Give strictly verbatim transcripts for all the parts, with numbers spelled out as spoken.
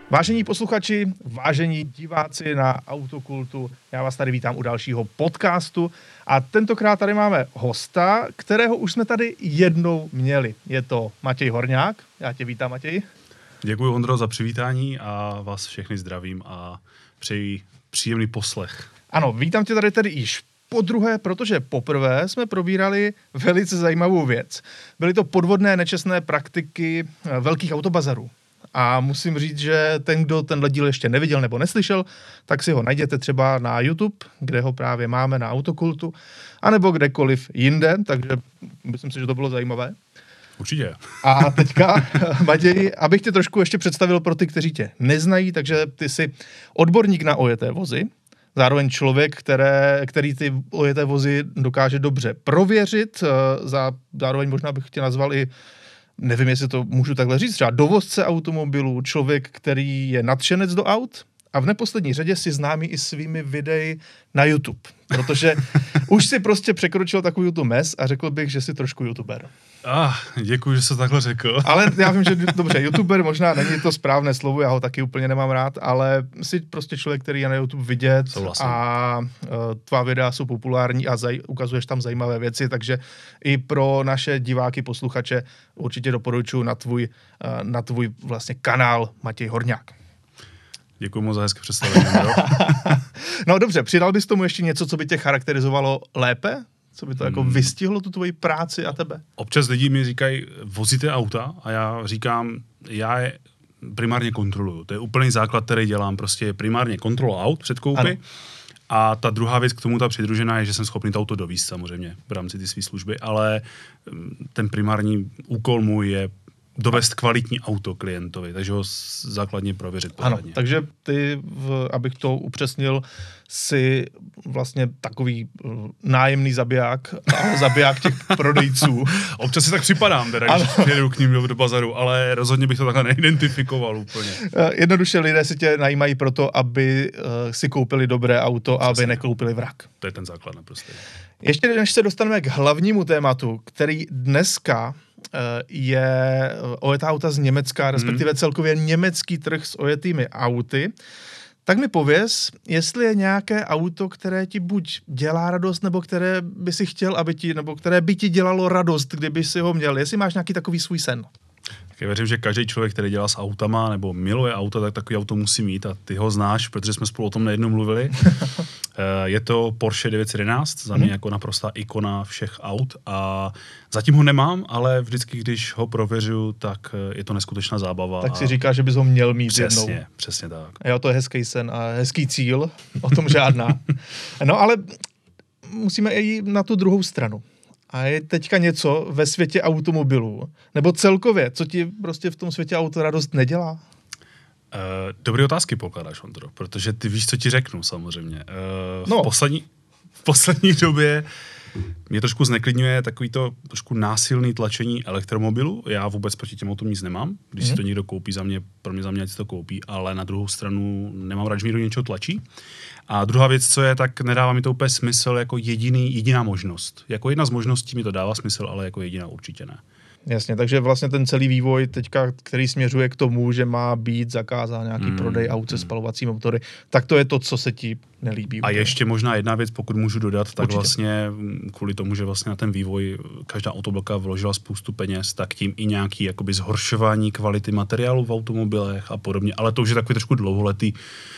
Vážení posluchači, vážení diváci na Autokultu, já vás tady vítám u dalšího podcastu a tentokrát tady máme hosta, kterého už jsme tady jednou měli. Je to Matěj Horňák. Já tě vítám, Matěj. Děkuji, Ondro, za přivítání a vás všechny zdravím a přeji příjemný poslech. Ano, vítám tě tady tedy již podruhé, protože poprvé jsme probírali velice zajímavou věc. Byly to podvodné nečestné praktiky velkých autobazarů. A musím říct, že ten, kdo tenhle díl ještě neviděl nebo neslyšel, tak si ho najděte třeba na YouTube, kde ho právě máme na Autokultu, anebo kdekoliv jinde, takže myslím si, že to bylo zajímavé. Určitě. A teďka, Matěj, abych tě trošku ještě představil pro ty, kteří tě neznají, takže ty jsi odborník na ojeté vozy, zároveň člověk, které, který ty ojeté vozy dokáže dobře prověřit, za, zároveň možná bych tě nazval i, nevím, jestli to můžu takhle říct, třeba dovozce automobilů, člověk, který je nadšenec do aut a v neposlední řadě si známý i svými videi na YouTube, protože už si prostě překročil takovou tu mez a řekl bych, že jsi trošku youtuber. Ah, děkuji, že jsi takhle řekl. Ale já vím, že dobře, youtuber možná není to správné slovo, já ho taky úplně nemám rád, ale jsi prostě člověk, který je na YouTube vidět. Souhlasím. A uh, tvá videa jsou populární a zaj- ukazuješ tam zajímavé věci, takže i pro naše diváky, posluchače určitě doporučuji na tvůj, uh, na tvůj vlastně kanál Matěj Horňák. Děkuji moc za hezké představení. No dobře, přidal bys tomu ještě něco, co by tě charakterizovalo lépe? Co by to jako vystihlo tu tvoji práci a tebe? Občas lidi mi říkají, vozíte auta a já říkám, já je primárně kontroluju. To je úplný základ, který dělám, prostě primárně kontrola aut před koupy. A ta druhá věc k tomu, ta přidružená, je, že jsem schopný to auto dovízt samozřejmě v rámci ty své služby, ale ten primární úkol můj je dovést kvalitní auto klientovi, takže ho základně prověřit pořádně. Ano, takže ty, v, abych to upřesnil, si vlastně takový uh, nájemný zabiják, ale zabiják těch prodejců. Občas si tak připadám, teda, když přijedu k ním do, do bazaru, ale rozhodně bych to takhle neidentifikoval úplně. Jednoduše lidé si tě najímají proto, aby uh, si koupili dobré auto a aby nekoupili vrak. To je ten základ naprosto. Ještě než se dostaneme k hlavnímu tématu, který dneska je ojetá auta z Německa, respektive celkově německý trh s ojetými auty, tak mi pověz, jestli je nějaké auto, které ti buď dělá radost, nebo které by si chtěl, aby ti, nebo které by ti dělalo radost, kdyby si ho měl. Jestli máš nějaký takový svůj sen. Tak já věřím, že každý člověk, který dělá s autama nebo miluje auta, tak takový auto musí mít a ty ho znáš, protože jsme spolu o tom nejednou mluvili. Je to Porsche devět set jedenáct, za mě mm. jako naprostá ikona všech aut a zatím ho nemám, ale vždycky, když ho prověřuju, tak je to neskutečná zábava. Tak si říkáš, že bys ho měl mít přesně, jednou. Přesně, přesně tak. Jo, to je hezký sen a hezký cíl, o tom žádná. No ale musíme i na tu druhou stranu. A je teďka něco ve světě automobilů, nebo celkově, co ti prostě v tom světě auto radost nedělá? Uh, dobré otázky pokládáš, Ondro, protože ty víš, co ti řeknu samozřejmě. Uh, v, no. poslední, v poslední době mě trošku zneklidňuje takový to trošku násilný tlačení elektromobilu. Já vůbec proti těm autům nic nemám. Když mm. si to někdo koupí za mě, pro mě za mě ať si to koupí, ale na druhou stranu nemám rád, že mi do něčeho tlačí. A druhá věc, co je, tak nedává mi to úplně smysl jako jediný, jediná možnost. Jako jedna z možností mi to dává smysl, ale jako jediná určitě ne. Jasně, takže vlastně ten celý vývoj teďka, který směřuje k tomu, že má být zakázán nějaký mm, prodej aut se mm. spalovacími motory, tak to je to, co se ti nelíbí. A ještě možná jedna věc, pokud můžu dodat, tak Určitě. Vlastně kvůli tomu, že vlastně na ten vývoj každá automobilka vložila spoustu peněz, tak tím i nějaký jakoby zhoršování kvality materiálu v automobilech a podobně, ale to už je takový trošku dlouholetý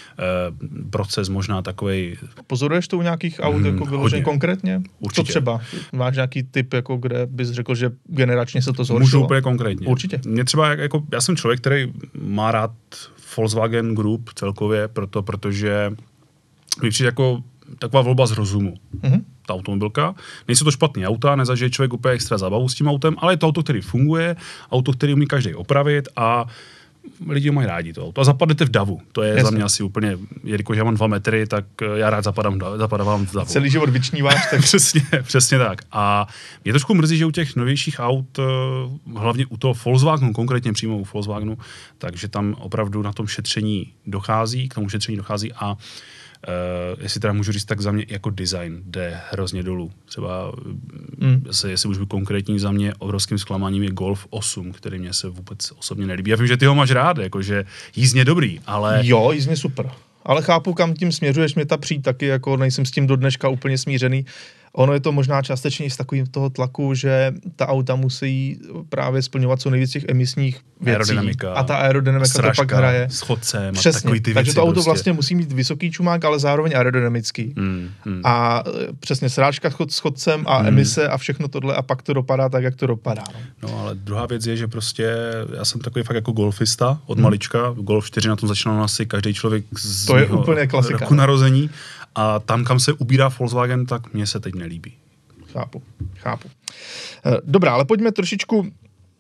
eh, proces, možná takovej. Pozoruješ to u nějakých aut, mm, jako vyloženě konkrétně? Určitě. Co třeba? Máš nějaký typ, jako kde bys řekl, že generačně se to zhoršilo? Můžu úplně konkrétně. Určitě. Mě třeba, jako, já jsem člověk, který má rád Volkswagen Group celkově, proto, protože mi přijde jako taková volba z rozumu. Mm-hmm. Ta automobilka. Nejsou to špatný auta, nezažije člověk úplně extra zábavu s tím autem, ale je to auto, který funguje, auto, který umí každý opravit a lidi mají rádi to auto. A zapadnete v davu. To je Jasně. za mě asi úplně, jelikož já mám dva metry, tak já rád zapadám, zapadám v davu. Celý život vyčníváš. Tak... přesně, přesně tak. A mě trošku mrzí, že u těch novějších aut, hlavně u toho Volkswagenu, konkrétně přímo u Volkswagenu, takže tam opravdu na tom šetření dochází, k tomu šetření dochází a Uh, jestli teda můžu říct, tak za mě jako design jde hrozně dolů. Třeba, mm. jestli, jestli můžu být konkrétní, za mě obrovským zklamáním je Golf osm, který mě se vůbec osobně nelíbí. Já vím, že ty ho máš rád, jakože jízdně dobrý, ale... Jo, jízdně super. Ale chápu, kam tím směřuješ, mě ta přijít taky, jako nejsem s tím do dneška úplně smířený. Ono je to možná částečně i z takovým toho tlaku, že ta auta musí právě splňovat co nejvíc těch emisních věcí. Aerodynamika, a ta aerodynamika sražka, to pak hraje. S chodcem Přesně, a takový ty věci. Takže to auto prostě. vlastně musí mít vysoký čumák, ale zároveň aerodynamický. Mm, mm. A přesně srážka chod s chodcem a mm. emise a všechno tohle a pak to dopadá tak, jak to dopadá. No. no ale druhá věc je, že prostě já jsem takový fakt jako golfista od mm. malička. Golf čtyři na tom začínal asi každý člověk z to je úplně klasika, roku narození. A tam, kam se ubírá Volkswagen, tak mně se teď nelíbí. Chápu, chápu. Dobrá, ale pojďme trošičku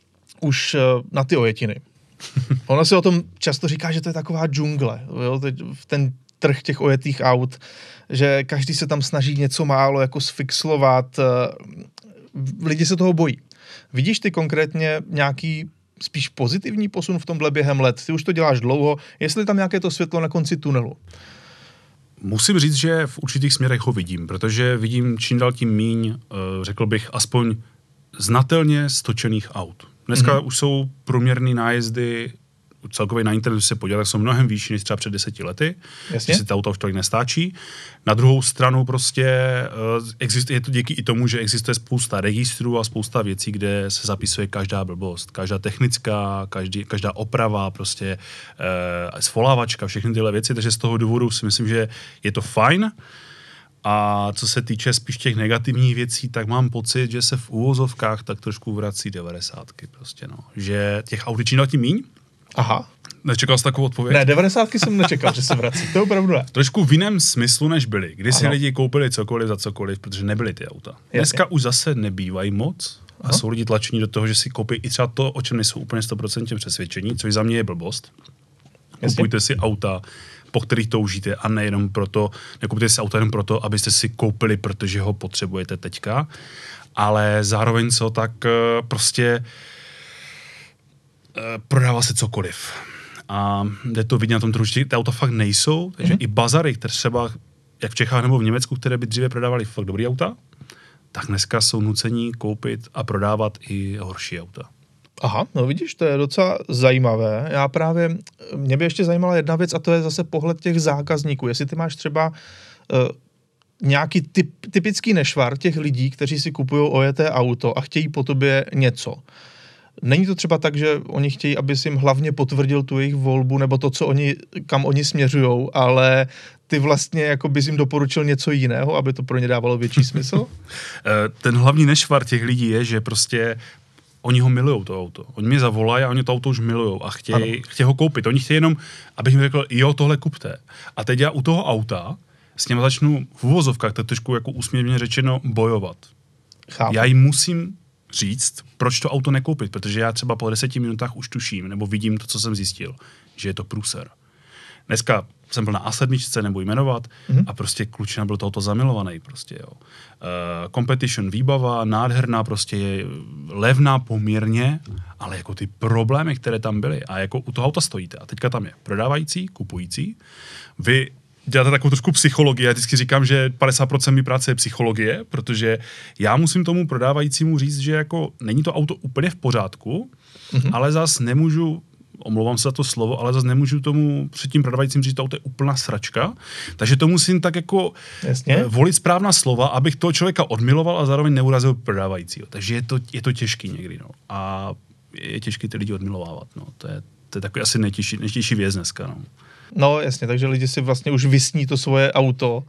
už na ty ojetiny. Ono se o tom často říká, že to je taková džungle, jo? Teď v ten trh těch ojetých aut, že každý se tam snaží něco málo jako sfixlovat, lidi se toho bojí. Vidíš ty konkrétně nějaký spíš pozitivní posun v tomhle během let? Ty už to děláš dlouho, jestli tam nějaké to světlo na konci tunelu? Musím říct, že v určitých směrech ho vidím, protože vidím čím dál tím míň, řekl bych, aspoň znatelně stočených aut. Dneska mm-hmm. už jsou průměrné nájezdy, celkově na internetu se podívat, tak jsou mnohem výšší než třeba před deseti lety. Jasně. Že si ta auta už tolik nestáčí. Na druhou stranu prostě existuje, je to díky i tomu, že existuje spousta registrů a spousta věcí, kde se zapisuje každá blbost, každá technická, každý, každá oprava, prostě eh, svolávačka, všechny tyhle věci, takže z toho důvodu si myslím, že je to fajn. A co se týče spíš těch negativních věcí, tak mám pocit, že se v úvozovkách tak trošku vrací devadesátky prostě, no. Že těch aut čím dál tím míň. Aha. Nečekal jsi takovou odpověď? Ne, devadesátky jsem nečekal, že se vrací. To opravdu ne. Trošku v jiném smyslu, než byly. Kdy si lidi koupili cokoliv za cokoliv, protože nebyly ty auta. Jasně. Dneska už zase nebývají moc a Aha. jsou lidi tlačení do toho, že si koupí i třeba to, o čem nejsou úplně sto procent přesvědčení, což za mě je blbost. Jasně. Kupujte si auta, po kterých toužíte a nejenom proto, nekupujte si auta jenom proto, abyste si koupili, protože ho potřebujete teďka, ale zároveň co, tak prostě prodává se cokoliv. A jde to vidět na tom trhu, že ty auta fakt nejsou, takže mm-hmm. i bazary, které třeba, jak v Čechách nebo v Německu, které by dříve prodávali fakt dobrý auta, tak dneska jsou nucení koupit a prodávat i horší auta. Aha, no vidíš, to je docela zajímavé. Já právě, mě by ještě zajímala jedna věc a to je zase pohled těch zákazníků. Jestli ty máš třeba uh, nějaký typ, typický nešvar těch lidí, kteří si kupují ojeté auto a chtějí po tobě něco. Není to třeba tak, že oni chtějí, aby si jim hlavně potvrdil tu jejich volbu nebo to, co oni, kam oni směřujou, ale ty vlastně jako bys jim doporučil něco jiného, aby to pro ně dávalo větší smysl? Ten hlavní nešvar těch lidí je, že prostě oni ho milujou, to auto. Oni mě zavolají a oni to auto už milujou a chtějí, chtějí ho koupit. Oni chtějí jenom, abych jim řekl, jo, tohle kupte. A teď já u toho auta s něm začnu v uvozovkách, tak trošku jako úsměvně řečeno, bojovat. Chápu. Já jim musím říct, proč to auto nekoupit, protože já třeba po deseti minutách už tuším, nebo vidím to, co jsem zjistil, že je to průser. Dneska jsem byl na A sedm, nebudu jmenovat, mm-hmm. a prostě klučina byl tohoto zamilovaný, prostě, jo. Uh, competition, výbava, nádherná, prostě je levná poměrně, ale jako ty problémy, které tam byly, a jako u toho auta stojíte, a teďka tam je prodávající, kupující, vy děláte takovou trošku psychologii. Já vždycky říkám, že padesát procent mý práce je psychologie, protože já musím tomu prodávajícímu říct, že jako není to auto úplně v pořádku, mm-hmm. ale zas nemůžu, omlouvám se za to slovo, ale zas nemůžu tomu před tím prodávajícím říct, že to auto je úplná sračka. Takže to musím tak jako Jasně. volit správná slova, abych toho člověka odmiloval a zároveň neurazil prodávajícího. Takže je to, je to těžký někdy. No. A je těžký ty lidi odmilovávat. No. To je, to je takový asi nejtěžší, nejtěžší věc dneska. No. No jasně, takže lidi si vlastně už vysní to svoje auto.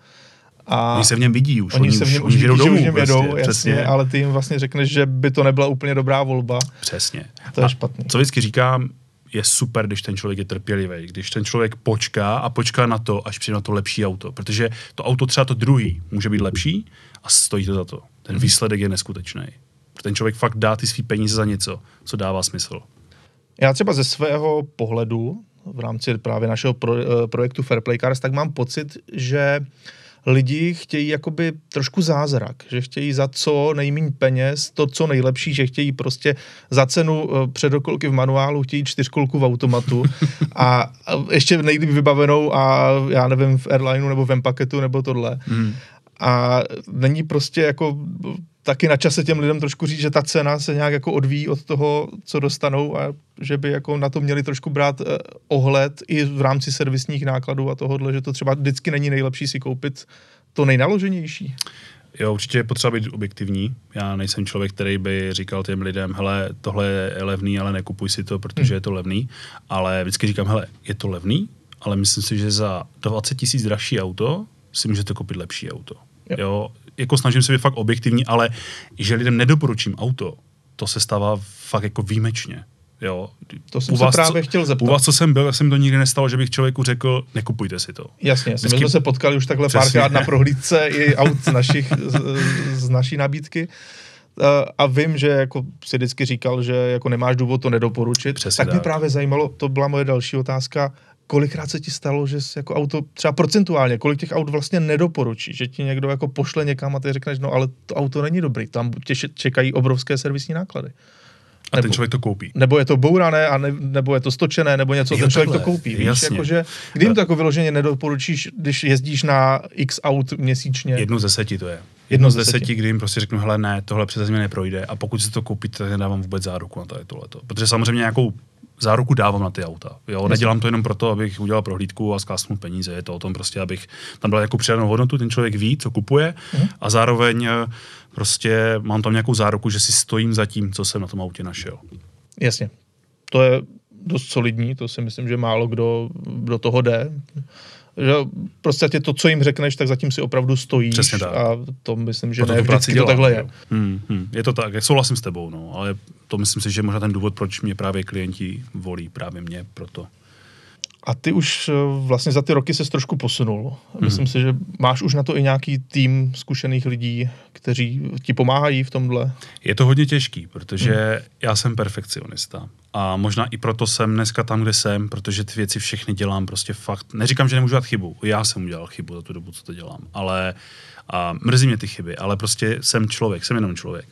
A oni se v něm vidí už. Oni, oni se v něm už vidí, jedou domů, že v něm jedou, prostě, jasně, přesně. Ale ty jim vlastně řekneš, že by to nebyla úplně dobrá volba. Přesně. To je a špatný. Co vždycky říkám, je super, když ten člověk je trpělivý, když ten člověk počká a počká na to, až přijde na to lepší auto. Protože to auto třeba to druhý může být lepší a stojí to za to. Ten výsledek je neskutečný. Ten člověk fakt dá ty svý peníze za něco, co dává smysl. Já třeba ze svého pohledu v rámci právě našeho pro, projektu Fair Play Cars, tak mám pocit, že lidi chtějí jakoby trošku zázrak, že chtějí za co nejméně peněz, to co nejlepší, že chtějí prostě za cenu předokolky v manuálu, chtějí čtyřkolku v automatu a, a ještě nejlíp vybavenou a já nevím, v Airlineu nebo v M-paketu nebo tohle. Mm. A není prostě jako taky na čase těm lidem trošku říct, že ta cena se nějak jako odvíjí od toho, co dostanou a že by jako na to měli trošku brát eh, ohled i v rámci servisních nákladů a tohohle, že to třeba vždycky není nejlepší si koupit to nejnaloženější. Jo, určitě je potřeba být objektivní. Já nejsem člověk, který by říkal těm lidem, hele, tohle je levný, ale nekupuj si to, protože hmm. je to levný. Ale vždycky říkám, hele, je to levný, ale myslím si, že za dvacet tisíc dražší auto si můžete koupit lepší auto. Jo. jo, jako snažím se být fakt objektivní, ale že lidem nedoporučím auto, to se stává fakt jako výjimečně. Jo. To jsem se právě co, chtěl zeptat. U vás, co jsem byl, tak se mi to nikdy nestalo, že bych člověku řekl, nekupujte si to. Jasně, Vždycky... my jsme se potkali už takhle Přesně. párkrát na prohlídce i aut z, našich, z, z naší nabídky. A vím, že jako si vždycky říkal, že jako nemáš důvod to nedoporučit. Přesně tak tak. mě právě zajímalo, to byla moje další otázka, kolikrát se ti stalo, že jsi jako auto, třeba procentuálně, kolik těch aut vlastně nedoporučí, že ti někdo jako pošle někam a ty řekneš, no ale to auto není dobrý, tam tě čekají obrovské servisní náklady. A nebo, ten člověk to koupí. Nebo je to bourané, a ne, nebo je to stočené, nebo něco, jo, ten člověk takhle, to koupí. Víš, jasně. Jakože, kdy jim to jako vyloženě nedoporučíš, když jezdíš na x aut měsíčně? Jedno z deseti to je. Jedno, Jedno z deseti, deseti, kdy jim prostě řeknu, hele ne, tohle přeze mě neprojde a pokud si to koupíte, tak nedávám vůbec záruku na to, tohleto. Protože samozřejmě nějakou záruku dávám na ty auta. Jo, nedělám to jenom proto, abych udělal prohlídku a zkásnul peníze. Je to o tom prostě, abych tam dal jako přidanou hodnotu, ten člověk ví, co kupuje mm. a zároveň prostě mám tam nějakou záruku, že si stojím za tím, co jsem na tom autě našel. Jasně. To je dost solidní, to si myslím, že málo kdo do toho jde. Že prostě to, co jim řekneš, tak zatím si opravdu stojíš. Přesně tak. A to myslím, že Proto ne vždycky to takhle je. Hmm, hmm. Je to tak, souhlasím s tebou, no, ale to myslím si, že možná ten důvod, proč mě právě klienti volí právě mě, proto. A ty už vlastně za ty roky ses trošku posunul. Myslím hmm. si, že máš už na to i nějaký tým zkušených lidí, kteří ti pomáhají v tomhle. Je to hodně těžký, protože hmm. já jsem perfekcionista. A možná i proto jsem dneska tam, kde jsem, protože ty věci všechny dělám prostě fakt. Neříkám, že nemůžu dělat chybu. Já jsem udělal chybu za tu dobu, co to dělám. Ale a mrzí mě ty chyby, ale prostě jsem člověk, jsem jenom člověk.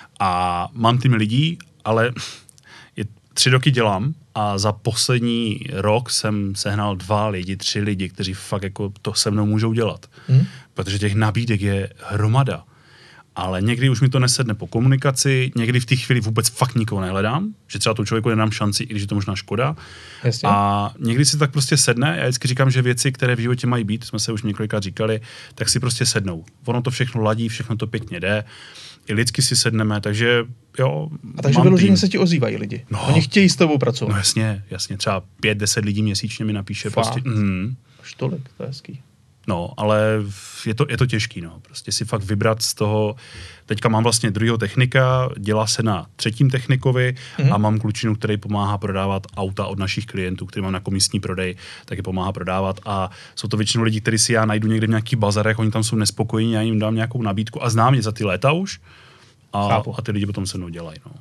A mám tým lidí, ale je, tři roky dělám a za poslední rok jsem sehnal dva lidi, tři lidi, kteří fakt jako to se mnou můžou dělat. Hmm. Protože těch nabídek je hromada. Ale někdy už mi to nesedne po komunikaci, někdy v té chvíli vůbec fakt nikoho nehledám, že třeba tomu člověku nedám šanci, i když je to možná škoda. Jasně. A někdy si tak prostě sedne, já vždycky říkám, že věci, které v životě mají být, jsme se už několikrát říkali, tak si prostě sednou. Ono to všechno ladí, všechno to pěkně jde, i lidsky si sedneme, takže jo. A takže vyloženě se ti ozývají lidi. No, Oni chtějí s tebou pracovat. No jasně, jasně, třeba pět, deset lidí měsíčně mi napíše. Fakt? Prostě. Mm. Až tolik, to je hezký. No, ale je to, je to těžký, no. Prostě si fakt vybrat z toho, teďka mám vlastně druhého technika, dělá se na třetím technikovi mm-hmm. a mám klučinu, který pomáhá prodávat auta od našich klientů, který mám na komisní prodej, taky pomáhá prodávat a jsou to většinou lidi, kteří si já najdu někde v nějakých bazarech, oni tam jsou nespokojení, já jim dám nějakou nabídku a znám je za ty léta už a, a ty lidi potom se mnou dělají, no.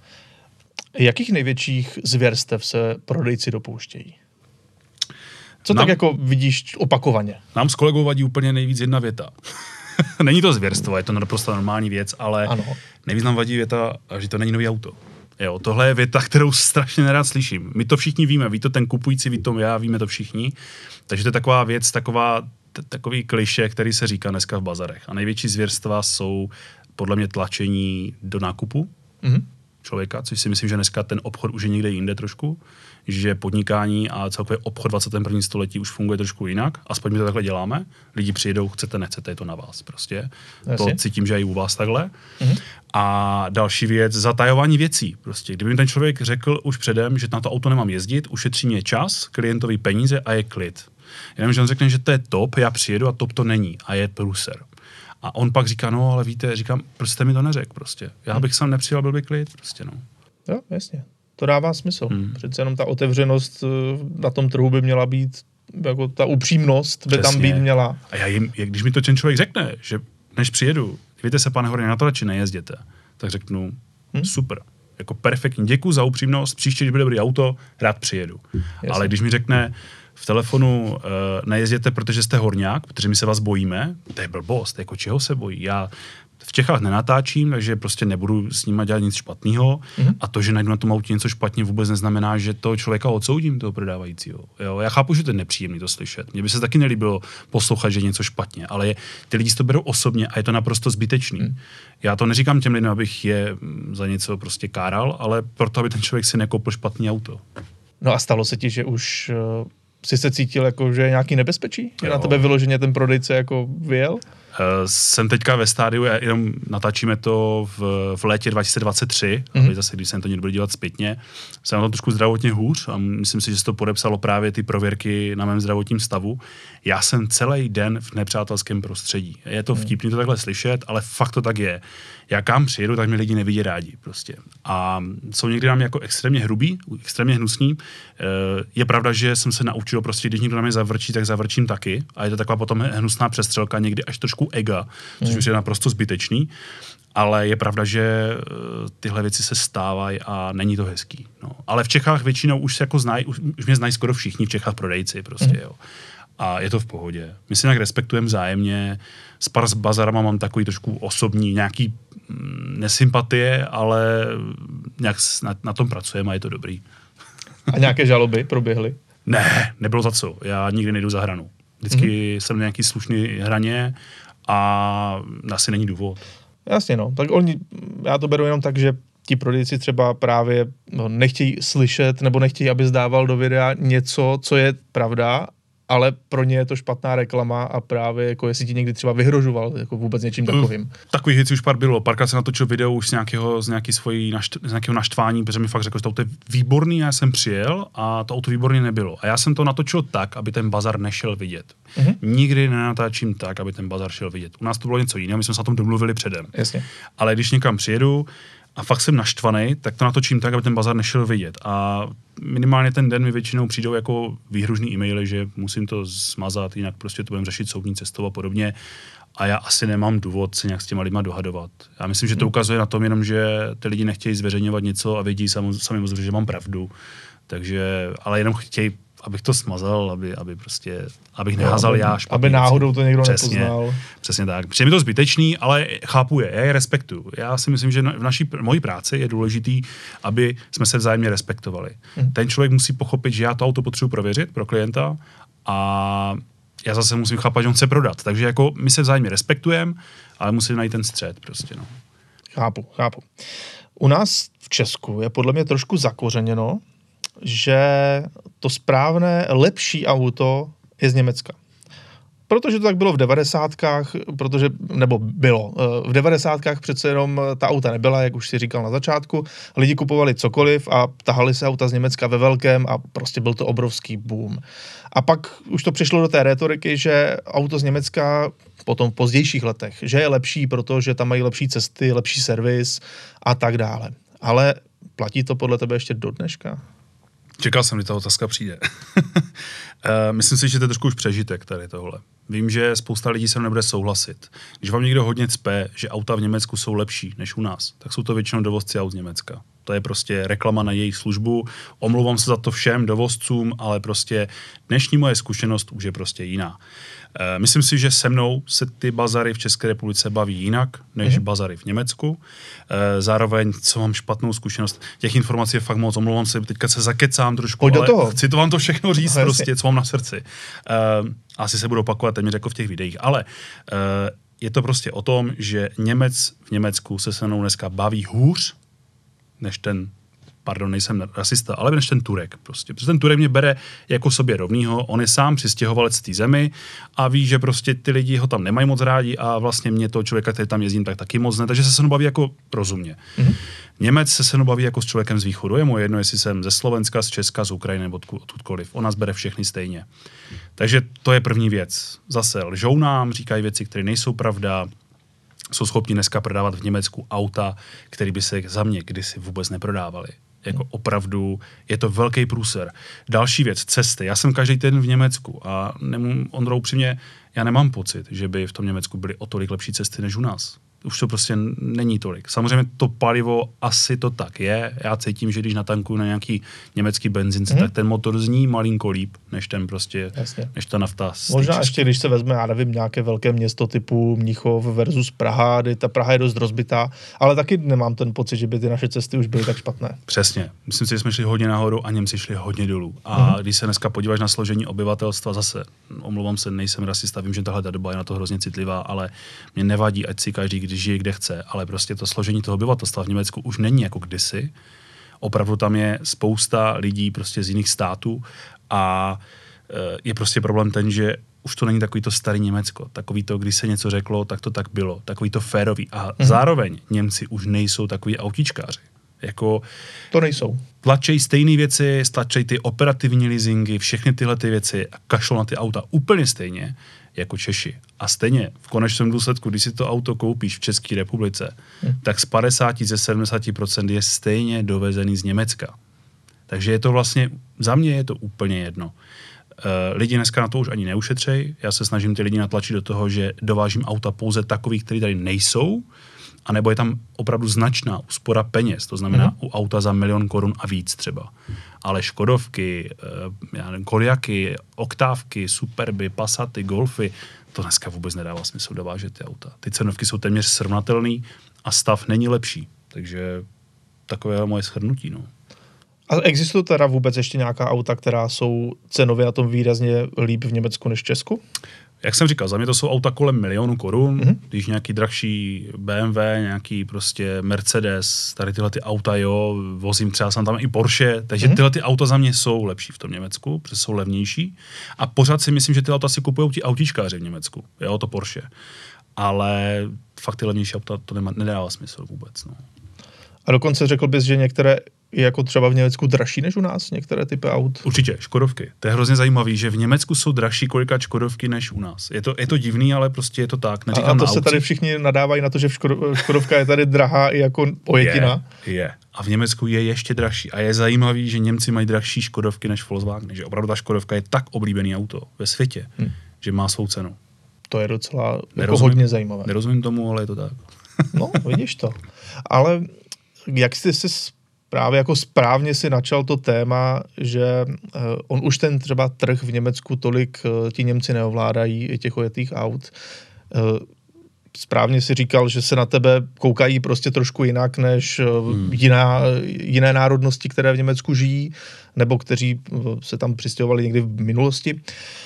Jakých největších zvěrstev se prodejci dopouštějí? Co nám, tak jako vidíš opakovaně? Nám s kolegou vadí úplně nejvíc jedna věta. Není to zvěrstvo, je to naprosto normální věc, ale ano. nejvíc nám vadí věta, že to není nový auto. Jo, tohle je věta, kterou strašně nerád slyším. My to všichni víme, ví to ten kupující, ví to já, víme to všichni. Takže to je taková věc, taková, t- takový klišé, který se říká dneska v bazarech. A největší zvěrstva jsou podle mě tlačení do nákupu mm-hmm. člověka, což si myslím, že dneska ten obchod už je někde jinde trošku, že podnikání a celkově obchod dvacátém prvním století už funguje trošku jinak. Aspoň my to takhle děláme. Lidi přijedou, chcete, nechcete, je to na vás prostě. Jasně. To cítím, že i u vás takhle. Mm-hmm. A další věc, zatajování věcí. Prostě. Kdyby mi ten člověk řekl už předem, že na to auto nemám jezdit, ušetří mě čas, klientovi peníze a je klid. Jenom, že on řekne, že to je top, já přijedu a top to není a je průser. A on pak říká, no ale víte, říkám, proč jste mi to neřekl prostě. Já bych sám nepřijel, byl by klid prostě, no. Jo, jasně. To dává smysl. Hmm. Přece jenom ta otevřenost na tom trhu by měla být, jako ta upřímnost by Přesně. tam být měla. A já jim, když mi to ten člověk řekne, že než přijedu, víte se, pane Hory, na to radši nejezděte, tak řeknu, hmm. super, jako perfektní, děkuji za upřímnost, příště, když bude dobrý auto, rád přijedu. Jasně. Ale když mi řekne, v telefonu uh, nejezděte, protože jste horňák, protože my se vás bojíme. To je blbost, jako čeho se bojí? Já v Čechách nenatáčím, takže prostě nebudu s nima dělat nic špatného. Mm-hmm. A to, že najdu na tom autě něco špatně, vůbec neznamená, že toho člověka odsoudím, toho prodávajícího. Jo? Já chápu, že to je nepříjemné to slyšet. Mně by se taky nelíbilo poslouchat, že je něco špatně, ale je, ty lidi si to berou osobně a je to naprosto zbytečný. Mm. Já to neříkám těm lidem, abych je za něco prostě káral, ale proto, aby ten člověk si nekoupil špatný auto. No a stalo se ti, že už uh, jsi se cítil jako, že je nějaký nebezpečí? Že na tebe vyloženě ten prodejce jako vyjel? Uh, jsem teďka ve stádiu, jenom natáčíme to v, v létě dva tisíce dvacet tři, mm-hmm. ale zase, když se to někdo bude dělat zpětně. Jsem na tom trošku zdravotně hůř a myslím si, že se to podepsalo právě ty prověrky na mém zdravotním stavu. Já jsem celý den v nepřátelském prostředí. Je to vtipný to takhle slyšet, ale fakt to tak je. Já kam přijedu, tak mi lidi nevidí rádi prostě. A jsou někdy nám jako extrémně hrubý, extrémně hnusný. Je pravda, že jsem se naučil prostě, když někdo na mě zavrčí, tak zavrčím taky. A je to taková potom hnusná přestřelka, někdy až trošku ega, což už je naprosto zbytečný. Ale je pravda, že tyhle věci se stávají a není to hezký. No. Ale v Čechách většinou už se jako znají, už, už mě znají skoro všichni v Čechách prodejci prostě, jo. A je to v pohodě. My si nějak respektujeme vzájemně. S pár s bazarama mám takový trošku osobní nějaký mm, nesympatie, ale nějak na, na tom pracujeme a je to dobrý. A nějaké žaloby proběhly? Ne, nebylo za co. Já nikdy nejdu za hranu. Vždycky mm-hmm. jsem na nějaký slušný hraně a asi není důvod. Jasně, no. Tak oni, já to beru jenom tak, že ti prodejci třeba právě no, nechtějí slyšet nebo nechtějí, aby zdával do videa něco, co je pravda, ale pro ně je to špatná reklama a právě jako jestli ti někdy třeba vyhrožoval jako vůbec něčím takovým. Mm, takových věcí už pár bylo. Párkrát jsem natočil video už z nějakého, z nějaký svojí naštv, z nějakého naštvání, protože mi fakt řekl, že to auto je výborný, já jsem přijel a to auto výborný nebylo. A já jsem to natočil tak, aby ten bazar nešel vidět. Mm-hmm. Nikdy nenatáčím tak, aby ten bazar šel vidět. U nás to bylo něco jiného, my jsme se o tom domluvili předem. Jasně. Ale když někam přijedu a fakt jsem naštvaný, tak to natočím tak, aby ten bazar nešel vidět. A minimálně ten den mi většinou přijdou jako výhružný e-maily, že musím to smazat, jinak prostě to budeme řešit soudní cestou a podobně. A já asi nemám důvod se nějak s těma lidma dohadovat. Já myslím, že to ukazuje na tom jenom, že ty lidi nechtějí zveřejňovat něco a vědí sami, sami moc dobře, že mám pravdu. Takže, ale jenom chtějí, abych to smazal, aby, aby prostě, abych neházal já špatný. Aby náhodou věci. To někdo přesně, nepoznal. Přesně tak. Přijde mi to zbytečný, ale chápu je, já je respektuju. Já si myslím, že v naší, mojí práci je důležitý, aby jsme se vzájemně respektovali. Hmm. Ten člověk musí pochopit, že já to auto potřebuji prověřit pro klienta a já zase musím chápat, že on chce prodat. Takže jako my se vzájemně respektujeme, ale musím najít ten střed prostě, no. Chápu, chápu. U nás v Česku je podle mě trošku zakořeněno, že to správné, lepší auto je z Německa. Protože to tak bylo v devadesátkách, protože, nebo bylo, v devadesátkách přece jenom ta auta nebyla, jak už si říkal na začátku, lidi kupovali cokoliv a tahali se auta z Německa ve velkém a prostě byl to obrovský boom. A pak už to přišlo do té rétoriky, že auto z Německa potom v pozdějších letech, že je lepší, protože tam mají lepší cesty, lepší servis a tak dále. Ale platí to podle tebe ještě do dneška? Čekal jsem, kdy ta otázka přijde. Myslím si, že to je trošku už přežitek tady tohle. Vím, že spousta lidí se nebude souhlasit. Když vám někdo hodně cpe, že auta v Německu jsou lepší než u nás, tak jsou to většinou dovozci aut z Německa. To je prostě reklama na jejich službu. Omlouvám se za to všem dovozcům, ale prostě dnešní moje zkušenost už je prostě jiná. E, myslím si, že se mnou se ty bazary v České republice baví jinak, než mm. bazary v Německu. E, zároveň, co mám špatnou zkušenost, těch informací je fakt moc, omlouvám se, teďka se zakecám trošku, Pojď ale toho. chci to vám to všechno říct no, prostě, co mám na srdci. E, asi se budu opakovat téměř jako v těch videích, ale e, je to prostě o tom, že Němec v Německu se se mnou dneska baví hůř, než ten, pardon, nejsem rasista, ale než ten Turek prostě. Protože ten Turek mě bere jako sobě rovnýho, on je sám přistěhovalec z té zemi a ví, že prostě ty lidi ho tam nemají moc rádi a vlastně mě toho člověka, který tam jezdím, tak taky moc ne, takže se se mnou baví jako rozumně. Mm-hmm. Němec se se mnou baví jako s člověkem z východu, je mu jedno, jestli jsem ze Slovenska, z Česka, z Ukrajiny nebo odkudkoliv. On nás bere všechny stejně. Takže to je první věc. Zase lžou nám, říkají věci, které nejsou pravda, jsou schopni dneska prodávat v Německu auta, které by se za mě kdysi vůbec neprodávaly. Jako opravdu je to velký průser. Další věc, cesty. Já jsem každý týden v Německu a nemů, Ondro, upřímně, já nemám pocit, že by v tom Německu byly o tolik lepší cesty než u nás. už to prostě není tolik. Samozřejmě to palivo asi to tak je. Já cítím, že když natankuju na nějaký německý benzince, mm-hmm. tak ten motor zní malinko líp, než ten prostě, Jasně. než ta nafta. Možná ještě, když se vezme, já nevím, nějaké velké město typu Mnichov versus Praha, kdy ta Praha je dost rozbitá, ale taky nemám ten pocit, že by ty naše cesty už byly tak špatné. Přesně. Myslím si, že jsme šli hodně nahoru a Němci šli hodně dolů. A mm-hmm. když se dneska podíváš na složení obyvatelstva, zase, omlouvám se, nejsem rasista, vím, že tahle ta doba je na to hrozně citlivá, ale mě nevadí, ať si každý když žije, kde chce, ale prostě to složení toho obyvatelstva v Německu už není jako kdysi. Opravdu tam je spousta lidí prostě z jiných států a je prostě problém ten, že už to není takový to starý Německo. Takový to, když se něco řeklo, tak to tak bylo. Takový to férový. A mm-hmm. zároveň Němci už nejsou takový autičkáři. Jako to nejsou. Tlačej stejné věci, tlačej ty operativní leasingy, všechny tyhle ty věci a kašlou na ty auta úplně stejně jako Češi. A stejně v konečném důsledku, když si to auto koupíš v České republice, hmm. tak z padesát ze sedmdesát procent je stejně dovezený z Německa. Takže je to vlastně, za mě je to úplně jedno. Uh, lidi dneska na to už ani neušetřej. Já se snažím ty lidi natlačit do toho, že dovážím auta pouze takových, které tady nejsou, anebo je tam opravdu značná úspora peněz, to znamená mm. u auta za milion korun a víc třeba. Ale Škodovky, já nevím, Kodiaky, Oktávky, Superby, Passaty, Golfy, to dneska vůbec nedává smysl dovážet ty auta. Ty cenovky jsou téměř srovnatelný a stav není lepší. Takže takové je moje shrnutí. No. A existují teda vůbec ještě nějaká auta, která jsou cenově na tom výrazně líp v Německu než v Česku? Jak jsem říkal, za mě to jsou auta kolem milionu korun, mm-hmm. když nějaký drahší bé em vé, nějaký prostě Mercedes, tady tyhle ty auta, jo, vozím třeba jsem tam i Porsche, takže mm-hmm. tyhle ty auta za mě jsou lepší v tom Německu, protože jsou levnější a pořád si myslím, že ty auta si kupují ti autíčkáři v Německu, jo, to Porsche. Ale fakt ty levnější auta to nemá, nedává smysl vůbec, no. A dokonce řekl bys, že některé je jako třeba v Německu dražší než u nás, některé typy aut? Určitě, Škodovky. To je hrozně zajímavý, že v Německu jsou dražší kolikrát Škodovky než u nás. Je to, je to divný, ale prostě je to tak. Neříkám a, a to se tady všichni nadávají na to, že Škodovka je tady drahá i jako ojetina. Je, je. A v Německu je ještě dražší. A je zajímavý, že Němci mají dražší Škodovky než Volkswagen. Že opravdu ta Škodovka je tak oblíbený auto ve světě, hmm. že má svou cenu. To je docela jako hodně zajímavé. Nerozumím tomu, ale je to tak. No, vidíš to. Ale jak jsi si právě jako správně si načal to téma, že uh, on už ten třeba trh v Německu tolik uh, ti Němci neovládají i těch ojetých aut. Uh, správně si říkal, že se na tebe koukají prostě trošku jinak než uh, hmm. jiná, jiné národnosti, které v Německu žijí, nebo kteří uh, se tam přistěhovali někdy v minulosti.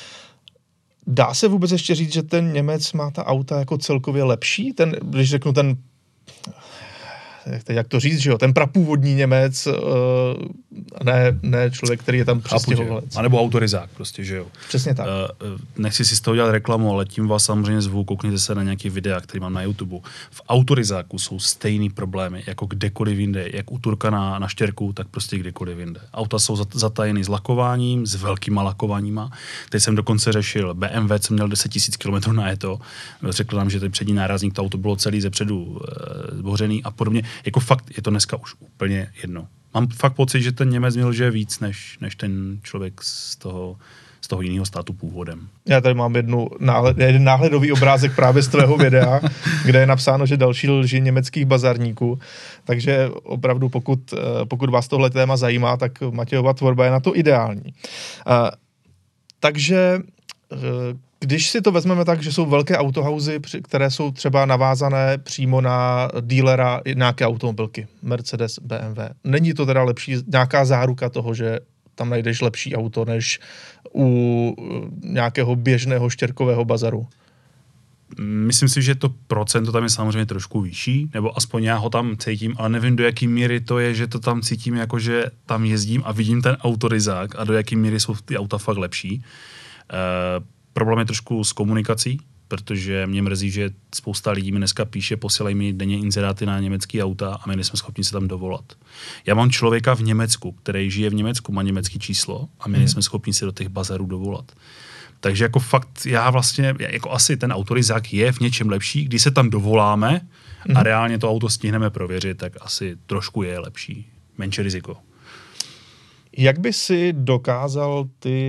Dá se vůbec ještě říct, že ten Němec má ta auta jako celkově lepší? Ten, když řeknu ten jak to říct, že jo, ten prapůvodní Němec, ne, ne člověk, který je tam přistěhovalec. A nebo autorizák prostě, že jo. Přesně tak. Uh, nechci si z toho dělat reklamu, ale tím vás samozřejmě zvu, koukněte se na nějaký videa, který mám na YouTube. V autorizáku jsou stejný problémy, jako kdekoliv jinde, jak u Turka na, na štěrku, tak prostě kdekoliv jinde. Auta jsou zatajeny s lakováním, s velkýma lakováníma. Teď jsem dokonce řešil bé em vé, co měl deset tisíc kilometrů na eto. Řekl nám, že ten přední nárazník, to auto bylo celý zepředu uh, zbořený a podobně. Jako fakt je to dneska už úplně jedno. Mám fakt pocit, že ten Němec měl, že je víc, než, než ten člověk z toho, z toho jiného státu původem. Já tady mám jednu náhled, jeden náhledový obrázek právě z tvého videa, kde je napsáno, že další lži německých bazarníků. Takže opravdu, pokud, pokud vás tohle téma zajímá, tak Matějova tvorba je na to ideální. Uh, takže uh, když si to vezmeme tak, že jsou velké autohauzy, které jsou třeba navázané přímo na dílera nějaké automobilky, Mercedes, bé em vé. Není to teda lepší, nějaká záruka toho, že tam najdeš lepší auto, než u nějakého běžného štěrkového bazaru? Myslím si, že to procento tam je samozřejmě trošku vyšší, nebo aspoň já ho tam cítím, ale nevím, do jaký míry to je, že to tam cítím, jako že tam jezdím a vidím ten autorizák a do jaký míry jsou ty auta fakt lepší. Uh, Problém je trošku s komunikací, protože mě mrzí, že spousta lidí mi dneska píše, posílají mi denně inzeráty na německé auta a my nejsme schopni se tam dovolat. Já mám člověka v Německu, který žije v Německu, má německý číslo a my hmm. nejsme schopni se do těch bazarů dovolat. Takže jako fakt, já vlastně, jako asi ten autorizák je v něčem lepší, když se tam dovoláme hmm. a reálně to auto stihneme prověřit, tak asi trošku je lepší, menší riziko. Jak by si dokázal ty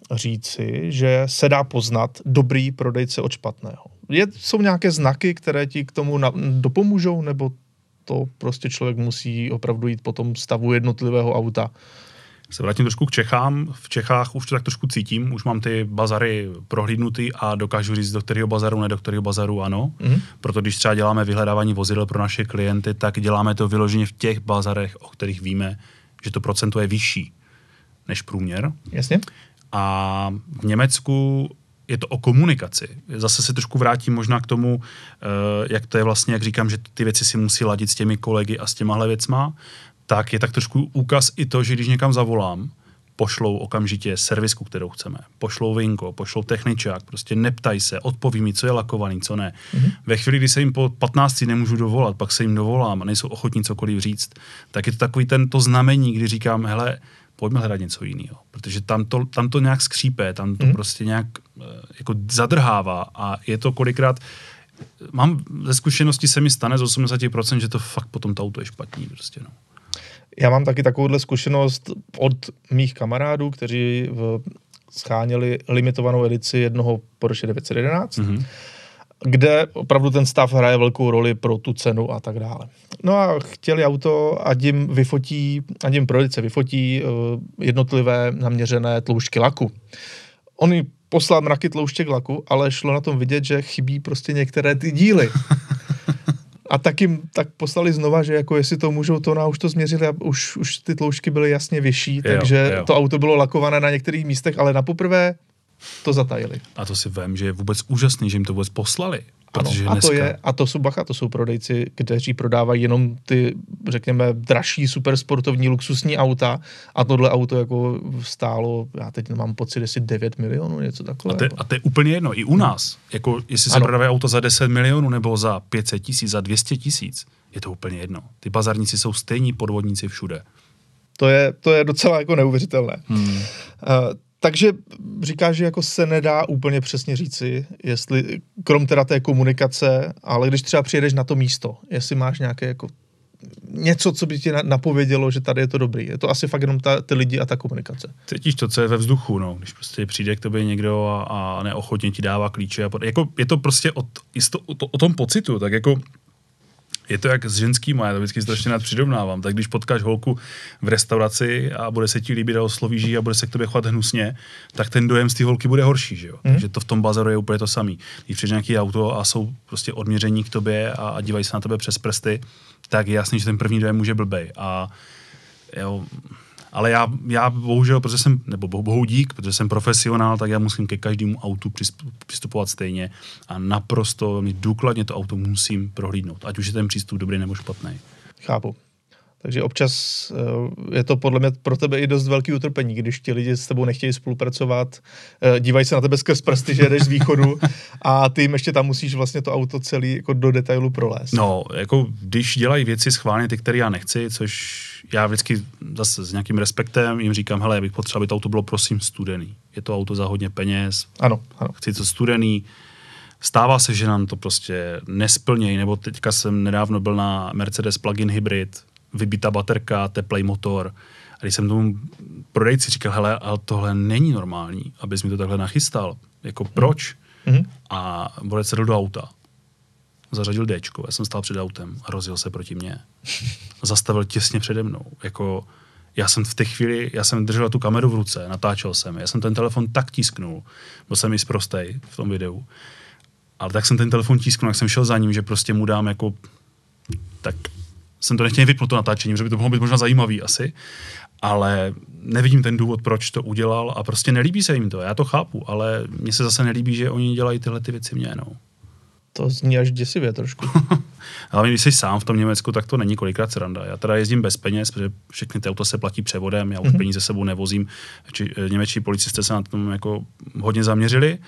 říci, že se dá poznat dobrý prodejce od špatného? Je, jsou nějaké znaky, které ti k tomu na, dopomůžou, nebo to prostě člověk musí opravdu jít po tom stavu jednotlivého auta? Se vrátím trošku k Čechám. V Čechách už to tak trošku cítím, už mám ty bazary prohlídnutý a dokážu říct, do kterého bazaru, ne do kterého bazaru ano. Mm-hmm. Proto když třeba děláme vyhledávání vozidel pro naše klienty, tak děláme to vyloženě v těch bazarech, o kterých víme, že to procento je vyšší než průměr. Jasně. A v Německu je to o komunikaci. Zase se trošku vrátím možná k tomu, jak to je vlastně, jak říkám, že ty věci si musí ladit s těmi kolegy a s těmahle věcma, tak je tak trošku úkaz i to, že když někam zavolám, pošlou okamžitě servisku, kterou chceme, pošlou vinko, pošlou techničák, prostě neptaj se, odpoví mi, co je lakovaný, co ne. Mm-hmm. Ve chvíli, kdy se jim po patnácti nemůžu dovolat, pak se jim dovolám a nejsou ochotní cokoliv říct, tak je to takový tento znamení, kdy říkám, hele, pojďme hledat něco jiného, protože tam to, tam to nějak skřípe, tam to mm-hmm. prostě nějak jako zadrhává a je to kolikrát, mám ze zkušenosti se mi stane z osmdesát procent, že to fakt potom to auto je špatný prostě, no. Já mám taky takovouhle zkušenost od mých kamarádů, kteří v, scháněli limitovanou edici jednoho Porsche devět set jedenáct, mm-hmm. kde opravdu ten stav hraje velkou roli pro tu cenu a tak dále. No a chtěli auto, ať jim vyfotí, ať jim prodejce vyfotí uh, jednotlivé naměřené tloušťky laku. Oni poslal mraky tlouštěk laku, ale šlo na tom vidět, že chybí prostě některé ty díly. A tak jim tak poslali znova, že jako jestli to můžou, to na už to změřili a už, už ty tloušťky byly jasně vyšší, jo, takže jo. To auto bylo lakované na některých místech, ale na poprvé to zatajili. A to si vem, že je vůbec úžasný, že jim to vůbec poslali. Ano, a dneska... to je, a to jsou bacha, to jsou prodejci, kteří prodávají jenom ty, řekněme, dražší, supersportovní, luxusní auta a tohle auto jako stálo, já teď nemám pocit, jestli devět milionů, něco takového. A to, a to je úplně jedno, i u nás, jako jestli se prodávají auto za deset milionů nebo za pět set tisíc, za dvě stě tisíc, je to úplně jedno. Ty bazarníci jsou stejní podvodníci všude. To je, to je docela jako neuvěřitelné. Hmm. Uh, Takže říkáš, že jako se nedá úplně přesně říci, jestli, krom teda té komunikace, ale když třeba přijedeš na to místo, jestli máš nějaké jako něco, co by ti napovědělo, že tady je to dobrý. Je to asi fakt jenom ta, ty lidi a ta komunikace. Cítíš to, co je ve vzduchu, no. Když prostě přijde k tobě někdo a, a neochotně ti dává klíče. A pod... jako, je to prostě o, jisto, o, to, o tom pocitu, tak jako je to jak s ženskýma, já to vždycky strašně rád přirovnávám. Tak když potkáš holku v restauraci a bude se ti líbit a oslovíš a bude se k tobě chovat hnusně, tak ten dojem z té holky bude horší, že jo? Mm. Takže to v tom bazaru je úplně to samý. Když přijde nějaký auto a jsou prostě odměření k tobě a, a dívají se na tebe přes prsty, tak je jasný, že ten první dojem může blbej. A jo, ale já, já bohužel, protože jsem, nebo bohu dík, protože jsem profesionál, tak já musím ke každému autu přistupovat stejně a naprosto důkladně to auto musím prohlídnout, ať už je ten přístup dobrý nebo špatný. Chápu. Takže občas je to podle mě pro tebe i dost velký utrpení, když ti lidi s tebou nechtějí spolupracovat, dívají se na tebe skrz prsty, že jedeš z východu a ty jim ještě tam musíš vlastně to auto celý jako do detailu prolézt. No, jako když dělají věci schválně ty, které já nechci, což já vždycky zase s nějakým respektem jim říkám, hele, já bych potřeboval, aby to auto bylo prosím studený. Je to auto za hodně peněz, ano, ano. Chci to studený. Stává se, že nám to prostě nesplnějí, nebo teďka jsem nedávno byl na Mercedes plug-in hybrid, vybitá baterka, teplej motor. A když jsem tomu prodejci říkal, hele, ale tohle není normální, abys mi to takhle nachystal. Jako proč? Mm-hmm. A bodec sedl do auta. Zařadil Dčko, já jsem stál před autem a rozjel se proti mně. Zastavil těsně přede mnou. Jako, já jsem v té chvíli, já jsem držel tu kameru v ruce, natáčel jsem, já jsem ten telefon tak tisknul, byl jsem i sprostej v tom videu, ale tak jsem ten telefon tisknul, jak jsem šel za ním, že prostě mu dám jako, tak jsem to nechtěl vypnout to natáčení, protože by to mohlo být možná zajímavý asi, ale nevidím ten důvod, proč to udělal a prostě nelíbí se jim to, já to chápu, ale mně se zase nelíbí, že oni dělají tyhle ty věci mě, no. To zní až děsivě trošku. Ale když jsi sám v tom Německu, tak to není kolikrát sranda. Já teda jezdím bez peněz, protože všechny ty auta se platí převodem, já už mm-hmm. peníze sebou nevozím. Či, němečtí policisté se na tom jako hodně zaměřili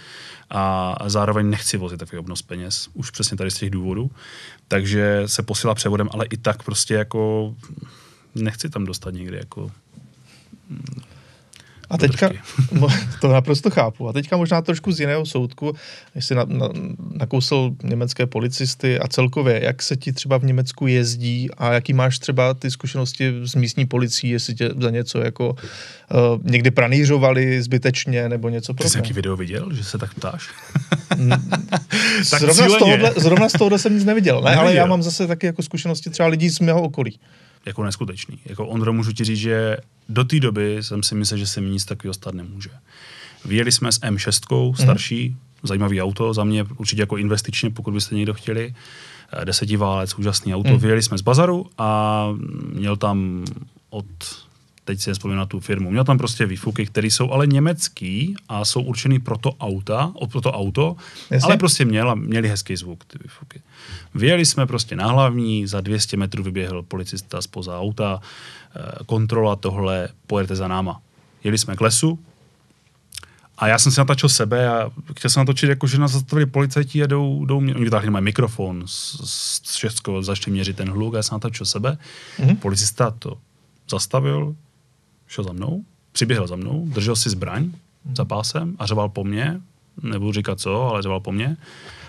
a zároveň nechci vozit takový obnos peněz, už přesně tady z těch důvodů. Takže se posílá převodem, ale i tak prostě jako nechci tam dostat někdy jako... A teďka, no, to naprosto chápu, a teďka možná trošku z jiného soudku, jestli na, na, nakousl německé policisty a celkově, jak se ti třeba v Německu jezdí a jaký máš třeba ty zkušenosti s místní policií, jestli tě za něco jako uh, někdy pranířovali zbytečně nebo něco podobného. Ty jsi nějaký video viděl, že se tak ptáš? tak zrovna, z tohohle, zrovna z tohohle jsem nic neviděl, ne? Neviděl. Ale já mám zase taky jako zkušenosti třeba lidí z mého okolí. Jako neskutečný. Jako Ondro, můžu ti říct, že do té doby jsem si myslel, že se mi nic takového stát nemůže. Vyjeli jsme s M šest, starší, mm. zajímavý auto, za mě určitě jako investičně, pokud byste někdo chtěli. Desetiválec, úžasný auto. Mm. Vyjeli jsme z bazaru a měl tam od, teď si nevzpomínám na tu firmu, měl tam prostě výfuky, které jsou ale německý a jsou určený pro to auta, pro to auto, Jasně. ale prostě měl, měli hezký zvuk ty výfuky. Vyjeli jsme prostě na hlavní, za dvě stě metrů vyběhl policista zpoza auta, kontrola tohle, pojedete za náma. Jeli jsme k lesu a já jsem si natačil sebe a chtěl jsem natočit, jako, že nás zastavili policajti a jdou, jdou mě, oni vytáhli mají mikrofon s, s šestkou, začali měřit ten hluk a já jsem natačil sebe. Mm-hmm. Policista to zastavil, šel za mnou, přiběhl za mnou, držel si zbraň mm-hmm. za pásem a řval po mně, nebudu říkat co, ale řval po mně.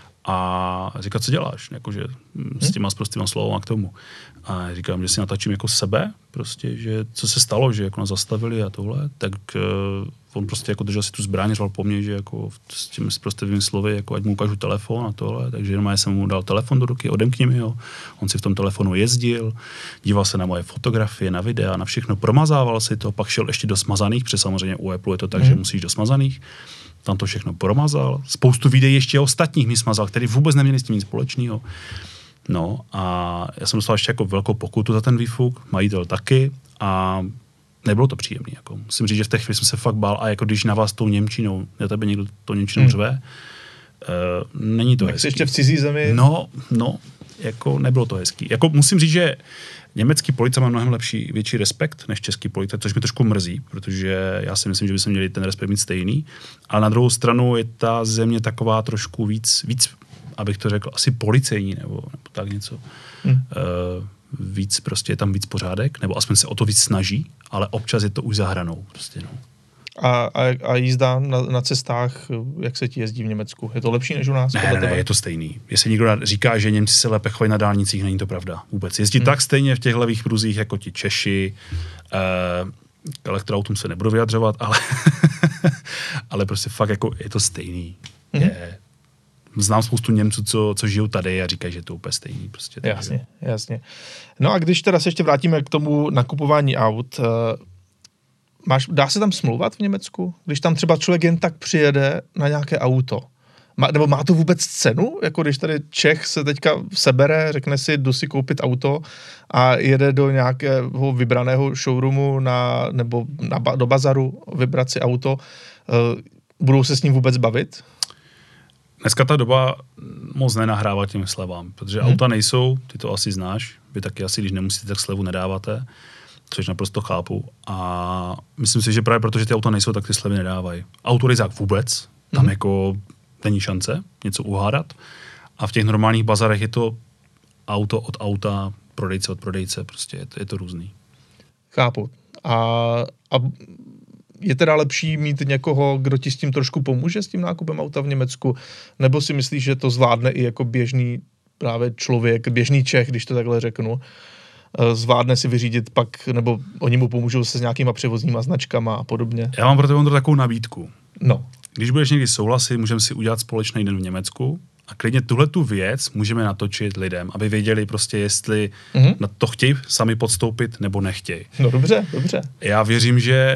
A říká, co děláš, jakože hmm. s těma prostýma slovama k tomu. A říkám, že si natačím jako sebe, prostě, že co se stalo, že jako nás zastavili a tohle, tak uh, on prostě jako držel si tu zbraň, řval po mně, že jako s těmi prostými slovy, jako ať mu ukážu telefon a tohle, takže jenom já jsem mu dal telefon do ruky, odemkni mi ho, on si v tom telefonu jezdil, díval se na moje fotografie, na videa, na všechno, promazával si to, pak šel ještě do smazaných, protože samozřejmě u Apple je to tak, hmm. že musíš do smazaných. Tam to všechno promazal. Spoustu videí ještě ostatních mi smazal, který vůbec neměli s tím nic společného. No a já jsem dostal ještě jako velkou pokutu za ten výfuk, majitel taky a nebylo to příjemné. Jako. Musím říct, že v té chvíli jsem se fakt bál a jako když na vás tou němčinou, na tebe někdo tou němčinou hmm. řve, uh, není to hezký. Jsi ještě v cizí zemi? No, no, jako nebylo to hezký. Jako musím říct, že německý policie má mnohem lepší, větší respekt než český policie, což mi trošku mrzí, protože já si myslím, že bychom měli ten respekt mít stejný. Ale na druhou stranu je ta země taková trošku víc, víc abych to řekl, asi policejní nebo, nebo tak něco. Hmm. Uh, víc prostě je tam víc pořádek, nebo aspoň se o to víc snaží, ale občas je to už za hranou. Prostě, no. A, a, a jízda na, na cestách, jak se ti jezdí v Německu? Je to lepší než u nás? Ne, ne, ne, je to stejný. Jestli někdo říká, že Němci se lépe chovají na dálnicích, není to pravda. Vůbec. Jezdí hmm. tak stejně v těch levých pruzích jako ti Češi. Uh, k elektroautům se nebudu vyjadřovat, ale, ale prostě fakt jako je to stejný. Hmm. Je. Znám spoustu Němců, co, co žijou tady a říkají, že je to úplně stejný. Prostě, jasně, jasně. No a když teda se ještě vrátíme k tomu nakupování aut, uh, Máš, dá se tam smlouvat v Německu? Když tam třeba člověk jen tak přijede na nějaké auto. Má, nebo má to vůbec cenu? Jako když tady Čech se teďka sebere, řekne si, jdu si koupit auto a jede do nějakého vybraného showroomu na, nebo na, do bazaru vybrat si auto. Uh, budou se s ním vůbec bavit? Dneska ta doba moc nenahrává těm slevám, protože hmm. auta nejsou, ty to asi znáš, vy taky asi, když nemusíte, tak slevu nedáváte. Což naprosto chápu. A myslím si, že právě protože ty auta nejsou, tak ty slevy nedávají. Autorizák vůbec, tam mm. jako není šance něco uhádat. A v těch normálních bazarech je to auto od auta, prodejce od prodejce, prostě je to, je to různý. Chápu. A, a je teda lepší mít někoho, kdo ti s tím trošku pomůže, s tím nákupem auta v Německu? Nebo si myslíš, že to zvládne i jako běžný právě člověk, běžný Čech, když to takhle řeknu? Zvládne si vyřídit pak, nebo oni mu pomůžou se s nějakýma převozníma značkama a podobně. Já mám pro tebe, Ondro, takovou nabídku. No. Když budeš někdy souhlasit, můžeme si udělat společný den v Německu a klidně tuhle tu věc můžeme natočit lidem, aby věděli prostě, jestli mm-hmm. na to chtějí sami podstoupit nebo nechtějí. No dobře, dobře. Já věřím, že,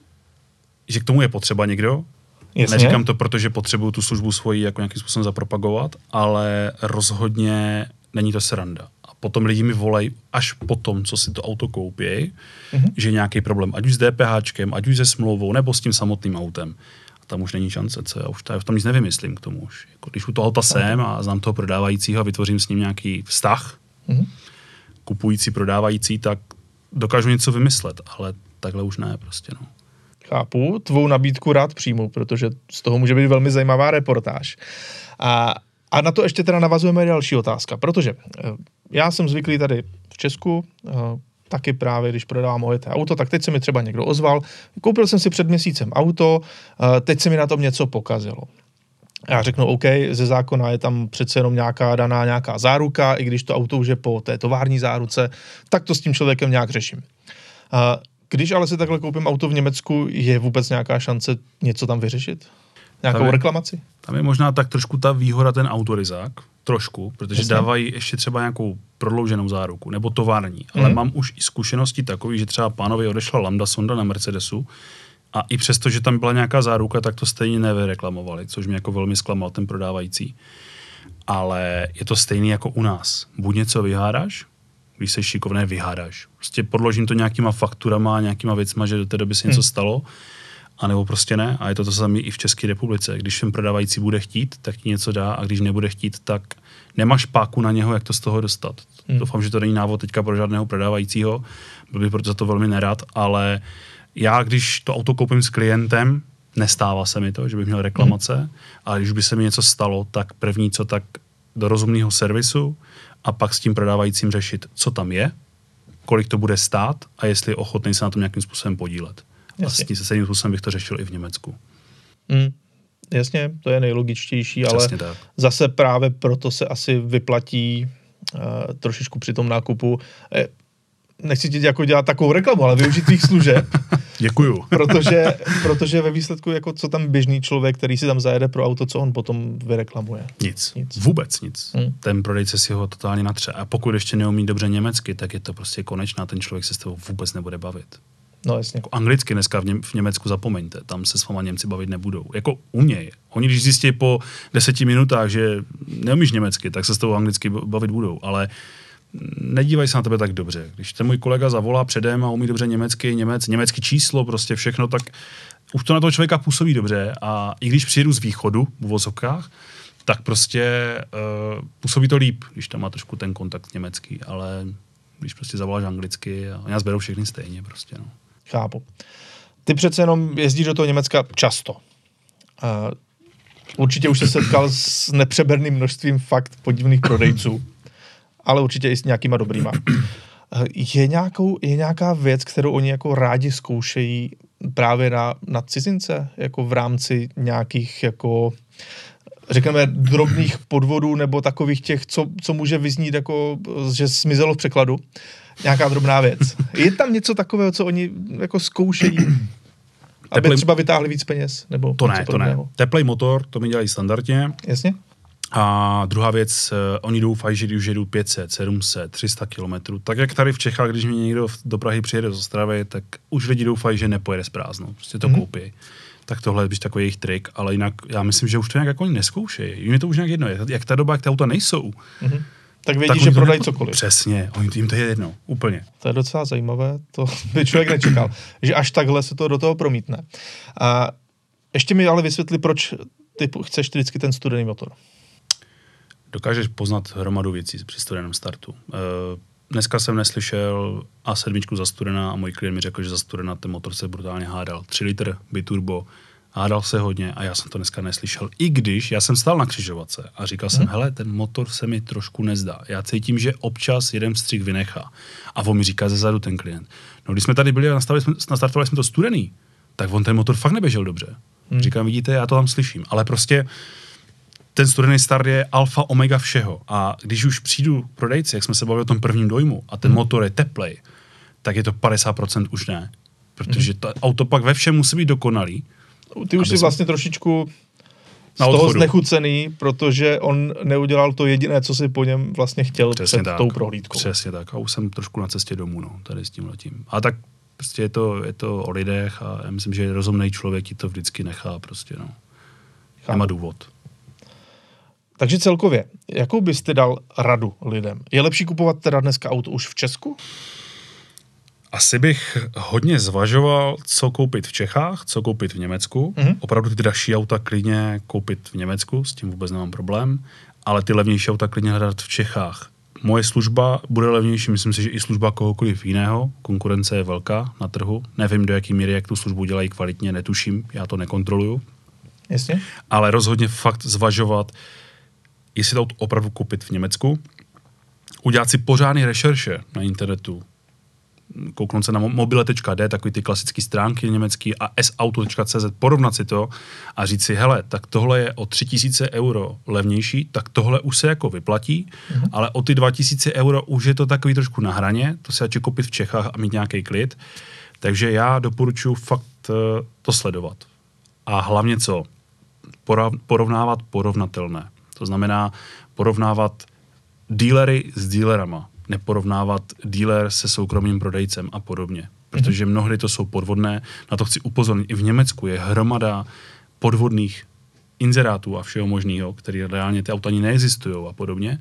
že k tomu je potřeba někdo. Jasně. Neříkám to, protože potřebuju tu službu svoji jako nějakým způsobem zapropagovat, ale rozhodně není to sranda. Potom lidi mi volají až potom, co si to auto koupí, mm-hmm. že je nějaký problém, ať už s DPHčkem, ať už se smlouvou, nebo s tím samotným autem. A tam už není šance, co já už tady v tom nic nevymyslím k tomu už. Jako, když u toho auta jsem a znám toho prodávajícího a vytvořím s ním nějaký vztah, mm-hmm. kupující, prodávající, tak dokážu něco vymyslet, ale takhle už ne prostě, no. Chápu, tvou nabídku rád přijmu, protože z toho může být velmi zajímavá reportáž. A A na to ještě teda navazujeme další otázka, protože já jsem zvyklý tady v Česku taky právě, když prodávám ojeté auto, tak teď se mi třeba někdo ozval, koupil jsem si před měsícem auto, teď se mi na tom něco pokazilo. Já řeknu, OK, ze zákona je tam přece jenom nějaká daná nějaká záruka, i když to auto už je po té tovární záruce, tak to s tím člověkem nějak řeším. Když ale si takhle koupím auto v Německu, je vůbec nějaká šance něco tam vyřešit? Nějakou tam je, reklamaci? Tam je možná tak trošku ta výhoda ten autorizák, trošku, protože Jasně. dávají ještě třeba nějakou prodlouženou záruku, nebo tovární. Ale mm. mám už i zkušenosti takové, že třeba pánovi odešla lambda sonda na Mercedesu a i přesto, že tam byla nějaká záruka, tak to stejně nevyreklamovali, což mě jako velmi zklamal ten prodávající. Ale je to stejný jako u nás. Buď něco vyhádáš, když jsi šikovný, vyhádáš. Prostě podložím to nějakýma fakturama, nějakýma věcma, že do té doby se něco mm. stalo, anebo prostě ne. A je to to samé i v České republice. Když ten prodávající bude chtít, tak ti něco dá, a když nebude chtít, tak nemáš páku na něho, jak to z toho dostat. Hmm. Doufám, že to není návod teďka pro žádného prodávajícího, byl bych proto za to velmi nerad, ale já, když to auto koupím s klientem, nestává se mi to, že bych měl reklamace, hmm. ale když by se mi něco stalo, tak první co tak do rozumného servisu a pak s tím prodávajícím řešit, co tam je, kolik to bude stát a jestli je ochotný se na tom nějakým způsobem podílet. Vlastně se stejným způsobem bych to řešil i v Německu. Mm, jasně, to je nejlogičtější, Přesně ale tak. Zase právě proto se asi vyplatí uh, trošičku při tom nákupu. Eh, nechci ti jako dělat takovou reklamu, ale využít tvých služeb. Děkuju. protože, protože ve výsledku, jako co tam běžný člověk, který si tam zajede pro auto, co on potom vyreklamuje? Nic. nic. Vůbec nic. Hmm. Ten prodejce si ho totálně natře. A pokud ještě neumí dobře německy, tak je to prostě konečná. Ten člověk se s tebou vůbec nebude bavit. No jasně. Jako anglicky dneska v, Něm- v Německu zapomeňte, tam se s váma Němci bavit nebudou. Jako uměj. Oni když zjistí po deseti minutách, že neumíš německy, tak se s tebou anglicky bavit budou, ale nedívaj se na tebe tak dobře. Když ten můj kolega zavolá předem a umí dobře německy, němec, německý číslo, prostě všechno, tak už to na toho člověka působí dobře a i když přijedu z východu v uvozovkách, tak prostě uh, působí to líp, když tam má trošku ten kontakt německý, ale když prostě zavoláš anglicky a oni nás berou všechny stejně prostě, no. Chápu. Ty přece jenom jezdíš do toho Německa často. Uh, určitě už se setkal s nepřeberným množstvím fakt podivných prodejců, ale určitě i s nějakýma dobrýma. Uh, je, nějakou, je nějaká věc, kterou oni jako rádi zkoušejí právě na, na cizince, jako v rámci nějakých jako řekněme drobných podvodů nebo takových těch, co, co může vyznít jako, že zmizelo v překladu. Nějaká drobná věc. Je tam něco takového, co oni jako zkoušejí, aby Teplej... třeba vytáhli víc peněz? Nebo to ne, to ne. Teplej motor, to mi dělají standardně. Jasně. A druhá věc, oni doufají, že když jedu pět set, sedm set, tři sta kilometrů, tak jak tady v Čechách, když mi někdo do Prahy přijede z Ostravy, tak už lidi doufají, že nepojede s prázdnou. Prostě to mm. koupí. Tak tohle je takový jejich trik, ale jinak já myslím, že už to nějak jako oni neskoušejí. Jim je to už nějak jedno, jak ta doba, jak ta auta nejsou. Mm-hmm. Tak vědí, tak že prodají nepo... cokoliv. Přesně, oni jim to je jedno, úplně. To je docela zajímavé, to by člověk nečekal, že až takhle se to do toho promítne. A ještě mi ale vysvětli, proč ty chceš vždycky ten studený motor. Dokážeš poznat hromadu věcí při studeném startu. E, dneska jsem neslyšel A sedm za studená a můj klient mi řekl, že za studená ten motor se brutálně hádal. tři litr, biturbo, hádal se hodně a já jsem to dneska neslyšel. I když já jsem stál na křižovatce a říkal hmm. jsem, hele, ten motor se mi trošku nezdá. Já cítím, že občas jeden střih vynechá. A on mi říká zezadu ten klient. No když jsme tady byli a nastartovali jsme to studený, tak on ten motor fakt neběžel dobře. Hmm. Říkám, vidíte, já to tam slyším. Ale prostě ten studený start je alfa omega všeho. A když už přijdu k prodejci, jak jsme se bavili o tom prvním dojmu, a ten hmm. motor je teplej, tak je to padesát procent už ne. Protože to auto pak ve všem musí být dokonalý. Ty už jsi vlastně trošičku z toho znechucený, protože on neudělal to jediné, co si po něm vlastně chtěl přesně před tak, tou prohlídkou. Přesně tak. A už jsem trošku na cestě domů, no, tady s tím letím. A tak prostě je to, je to o lidech a já myslím, že rozumný člověk ti to vždycky nechá prostě, no. Nemá důvod. Takže celkově, jakou byste dal radu lidem? Je lepší kupovat teda dneska auto už v Česku? Asi bych hodně zvažoval, co koupit v Čechách, co koupit v Německu. Mm-hmm. Opravdu ty dražší auta klidně koupit v Německu, s tím vůbec nemám problém, ale ty levnější auta klidně hledat v Čechách. Moje služba bude levnější, myslím si, že i služba kohokoliv jiného. Konkurence je velká na trhu. Nevím, do jaký míry, jak tu službu dělají kvalitně, netuším, já to nekontroluju. Jasně. Ale rozhodně fakt zvažovat, jestli to auto opravdu koupit v Německu, udělat si pořádný rešerše na internetu, kouknout se na mobile tečka d, takový ty klasické stránky německý a s auto tečka cé zet, porovnat si to a říct si, hele, tak tohle je o tři tisíce euro levnější, tak tohle už se jako vyplatí, mm-hmm. ale o ty dva tisíce euro už je to takový trošku na hraně, to se radši koupit v Čechách a mít nějaký klid. Takže já doporučuji fakt uh, to sledovat. A hlavně co? Porovnávat porovnatelné. To znamená porovnávat dealery s dealerama, neporovnávat dealer se soukromým prodejcem a podobně. Protože mnohdy to jsou podvodné, na to chci upozornit. I v Německu je hromada podvodných inzerátů a všeho možného, které reálně ty auta ani neexistují a podobně.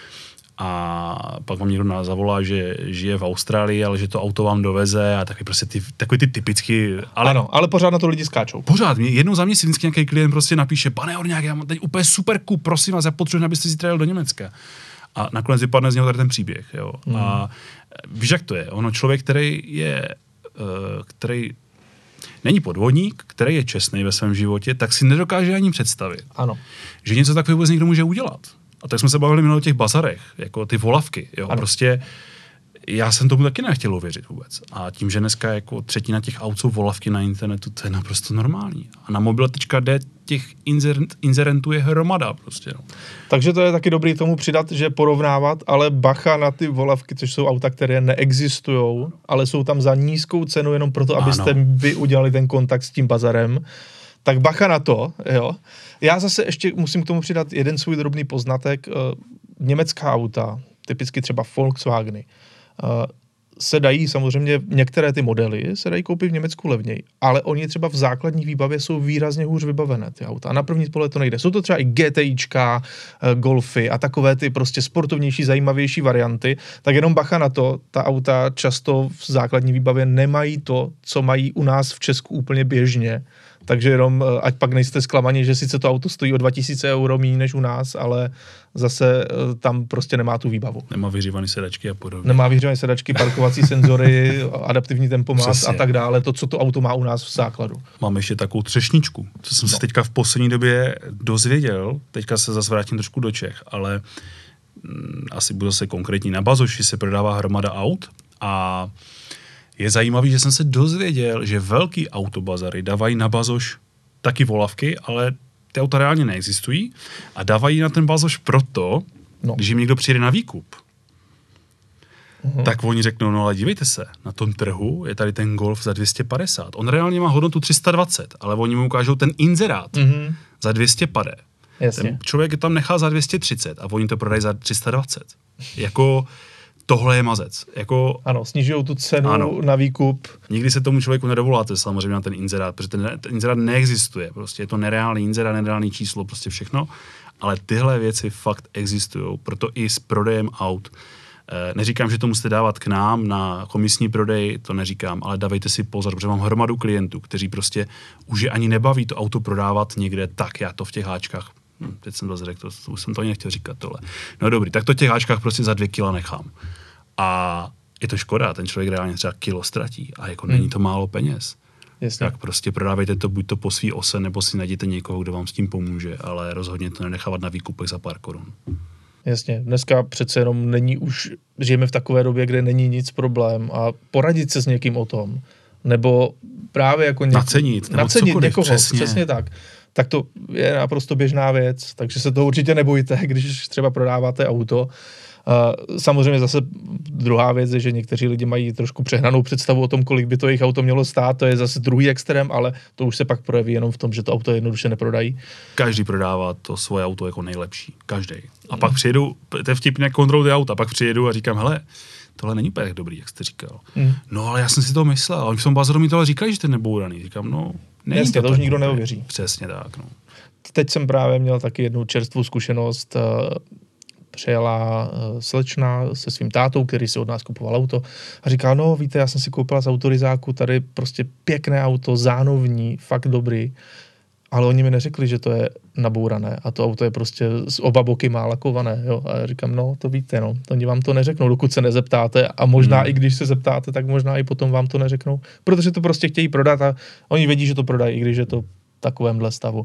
A pak vám někdo nás zavolá, že žije v Austrálii, ale že to auto vám doveze a taky prostě ty, takový ty typicky... Ale, ano, ale pořád na to lidi skáčou. Pořád. Mě jednou za měsíc vždycky nějaký klient prostě napíše, pane Horňák, já mám teď úplně super kup, prosím vás, já potřebuji, abyste zítra jel do Německa. A nakonec vypadne z něho tady ten příběh. Jo. Hmm. A víš, jak to je? Ono člověk, který je, který není podvodník, který je čestný ve svém životě, tak si nedokáže ani představit, ano. že něco takového vůbec někdo může udělat. A tak jsme se bavili minulý o těch bazarech, jako ty volavky. Jo. Prostě já jsem tomu taky nechtěl uvěřit vůbec. A tím, že dneska jako třetina těch aut jsou volavky na internetu, to je naprosto normální. A na mobile tečka d těch inzerent, inzerentů je hromada prostě. No. Takže to je taky dobrý tomu přidat, že porovnávat, ale bacha na ty volavky, což jsou auta, které neexistujou, ale jsou tam za nízkou cenu jenom proto, abyste ano. vy udělali ten kontakt s tím bazarem. Tak bacha na to, jo. Já zase ještě musím k tomu přidat jeden svůj drobný poznatek. Německá auta, typicky třeba Volkswageny, se dají samozřejmě, některé ty modely se dají koupit v Německu levněji, ale oni třeba v základní výbavě jsou výrazně hůř vybavené ty auta. A na první pohled to nejde. Jsou to třeba i GTIčka, Golfy a takové ty prostě sportovnější, zajímavější varianty, tak jenom bacha na to, ta auta často v základní výbavě nemají to, co mají u nás v Česku úplně běžně. Takže jenom, ať pak nejste zklamaní, že sice to auto stojí o dva tisíce euro méně než u nás, ale zase tam prostě nemá tu výbavu. Nemá vyhřívané sedačky a podobně. Nemá vyhřívané sedačky, parkovací senzory, adaptivní tempomat Přesně. a tak dále. To, co to auto má u nás v základu. Mám ještě takovou třešničku, co jsem no. se teďka v poslední době dozvěděl. Teďka se zase vrátím trošku do Čech, ale m, asi budu zase konkrétní. Na Bazoši se prodává hromada aut a je zajímavý, že jsem se dozvěděl, že velký autobazary dávají na Bazoš taky volavky, ale ty auta reálně neexistují a dávají na ten Bazoš proto, no. když jim někdo přijde na výkup. Uh-huh. Tak oni řeknou, no ale dívejte se, na tom trhu je tady ten Golf za dvě stě padesát. On reálně má hodnotu tři sta dvacet, ale oni mu ukážou ten inzerát uh-huh. za dvě stě padesát. Jasně. Ten člověk je tam nechá za dvě stě třicet a oni to prodají za tři sta dvacet. Jako... Tohle je mazec. Jako, ano, snižují tu cenu ano. na výkup. Nikdy se tomu člověku nedovoláte samozřejmě na ten inzerát, protože ten, ten inzerát neexistuje. Prostě je to nereálný inzerát, nereálný číslo, prostě všechno. Ale tyhle věci fakt existují. Proto i s prodejem aut. E, neříkám, že to musíte dávat k nám na komisní prodej, to neříkám, ale dávejte si pozor, protože mám hromadu klientů, kteří prostě už je ani nebaví to auto prodávat někde tak, já to v těch háčkách. Hm, teď jsem to řekl, to, už jsem to ani nechtěl říkat tohle. No dobrý, tak to v těch háčkách prostě za dvě kila nechám. A je to škoda, ten člověk reálně třeba kilo ztratí a jako hmm. není to málo peněz. Jasně. Tak prostě prodávejte to buď to po svý ose, nebo si najděte někoho, kdo vám s tím pomůže, ale rozhodně to nenechávat na výkupech za pár korun. Jasně, dneska přece jenom není už, žijeme v takové době, kde není nic problém a poradit se s někým o tom, nebo právě jako něk... nacenit, nebo nacenit cokoliv, někoho, přesně. přesně tak. Tak to je naprosto běžná věc, takže se toho určitě nebojte, když třeba prodáváte auto. Uh, samozřejmě zase druhá věc je, že někteří lidi mají trošku přehnanou představu o tom, kolik by to jejich auto mělo stát, to je zase druhý extrém, ale to už se pak projeví jenom v tom, že to auto jednoduše neprodají. Každý prodává to svoje auto jako nejlepší, každý. A pak přijedu, to je vtipně kontroluji auta, pak přijedu a říkám, hele, tohle není tak dobrý, jak jste říkal. Mm. No ale já jsem si to myslel, a oni v tom bazaru mi tohle říkali, že to je nebouraný. Říkám, no, není Jasně, to, to už nikdo neuvěří. Přesně tak, no. Teď jsem právě měl taky jednu čerstvou zkušenost. Přijela slečna se svým tátou, který si od nás kupoval auto a říká, no víte, já jsem si koupila z autorizáku tady prostě pěkné auto, zánovní, fakt dobrý, ale oni mi neřekli, že to je nabourané a to auto je prostě z oba boky má lakované, jo. A já říkám, no to víte, no, oni vám to neřeknou, dokud se nezeptáte a možná hmm. i když se zeptáte, tak možná i potom vám to neřeknou, protože to prostě chtějí prodat a oni vědí, že to prodají, i když je to v takovémhle stavu.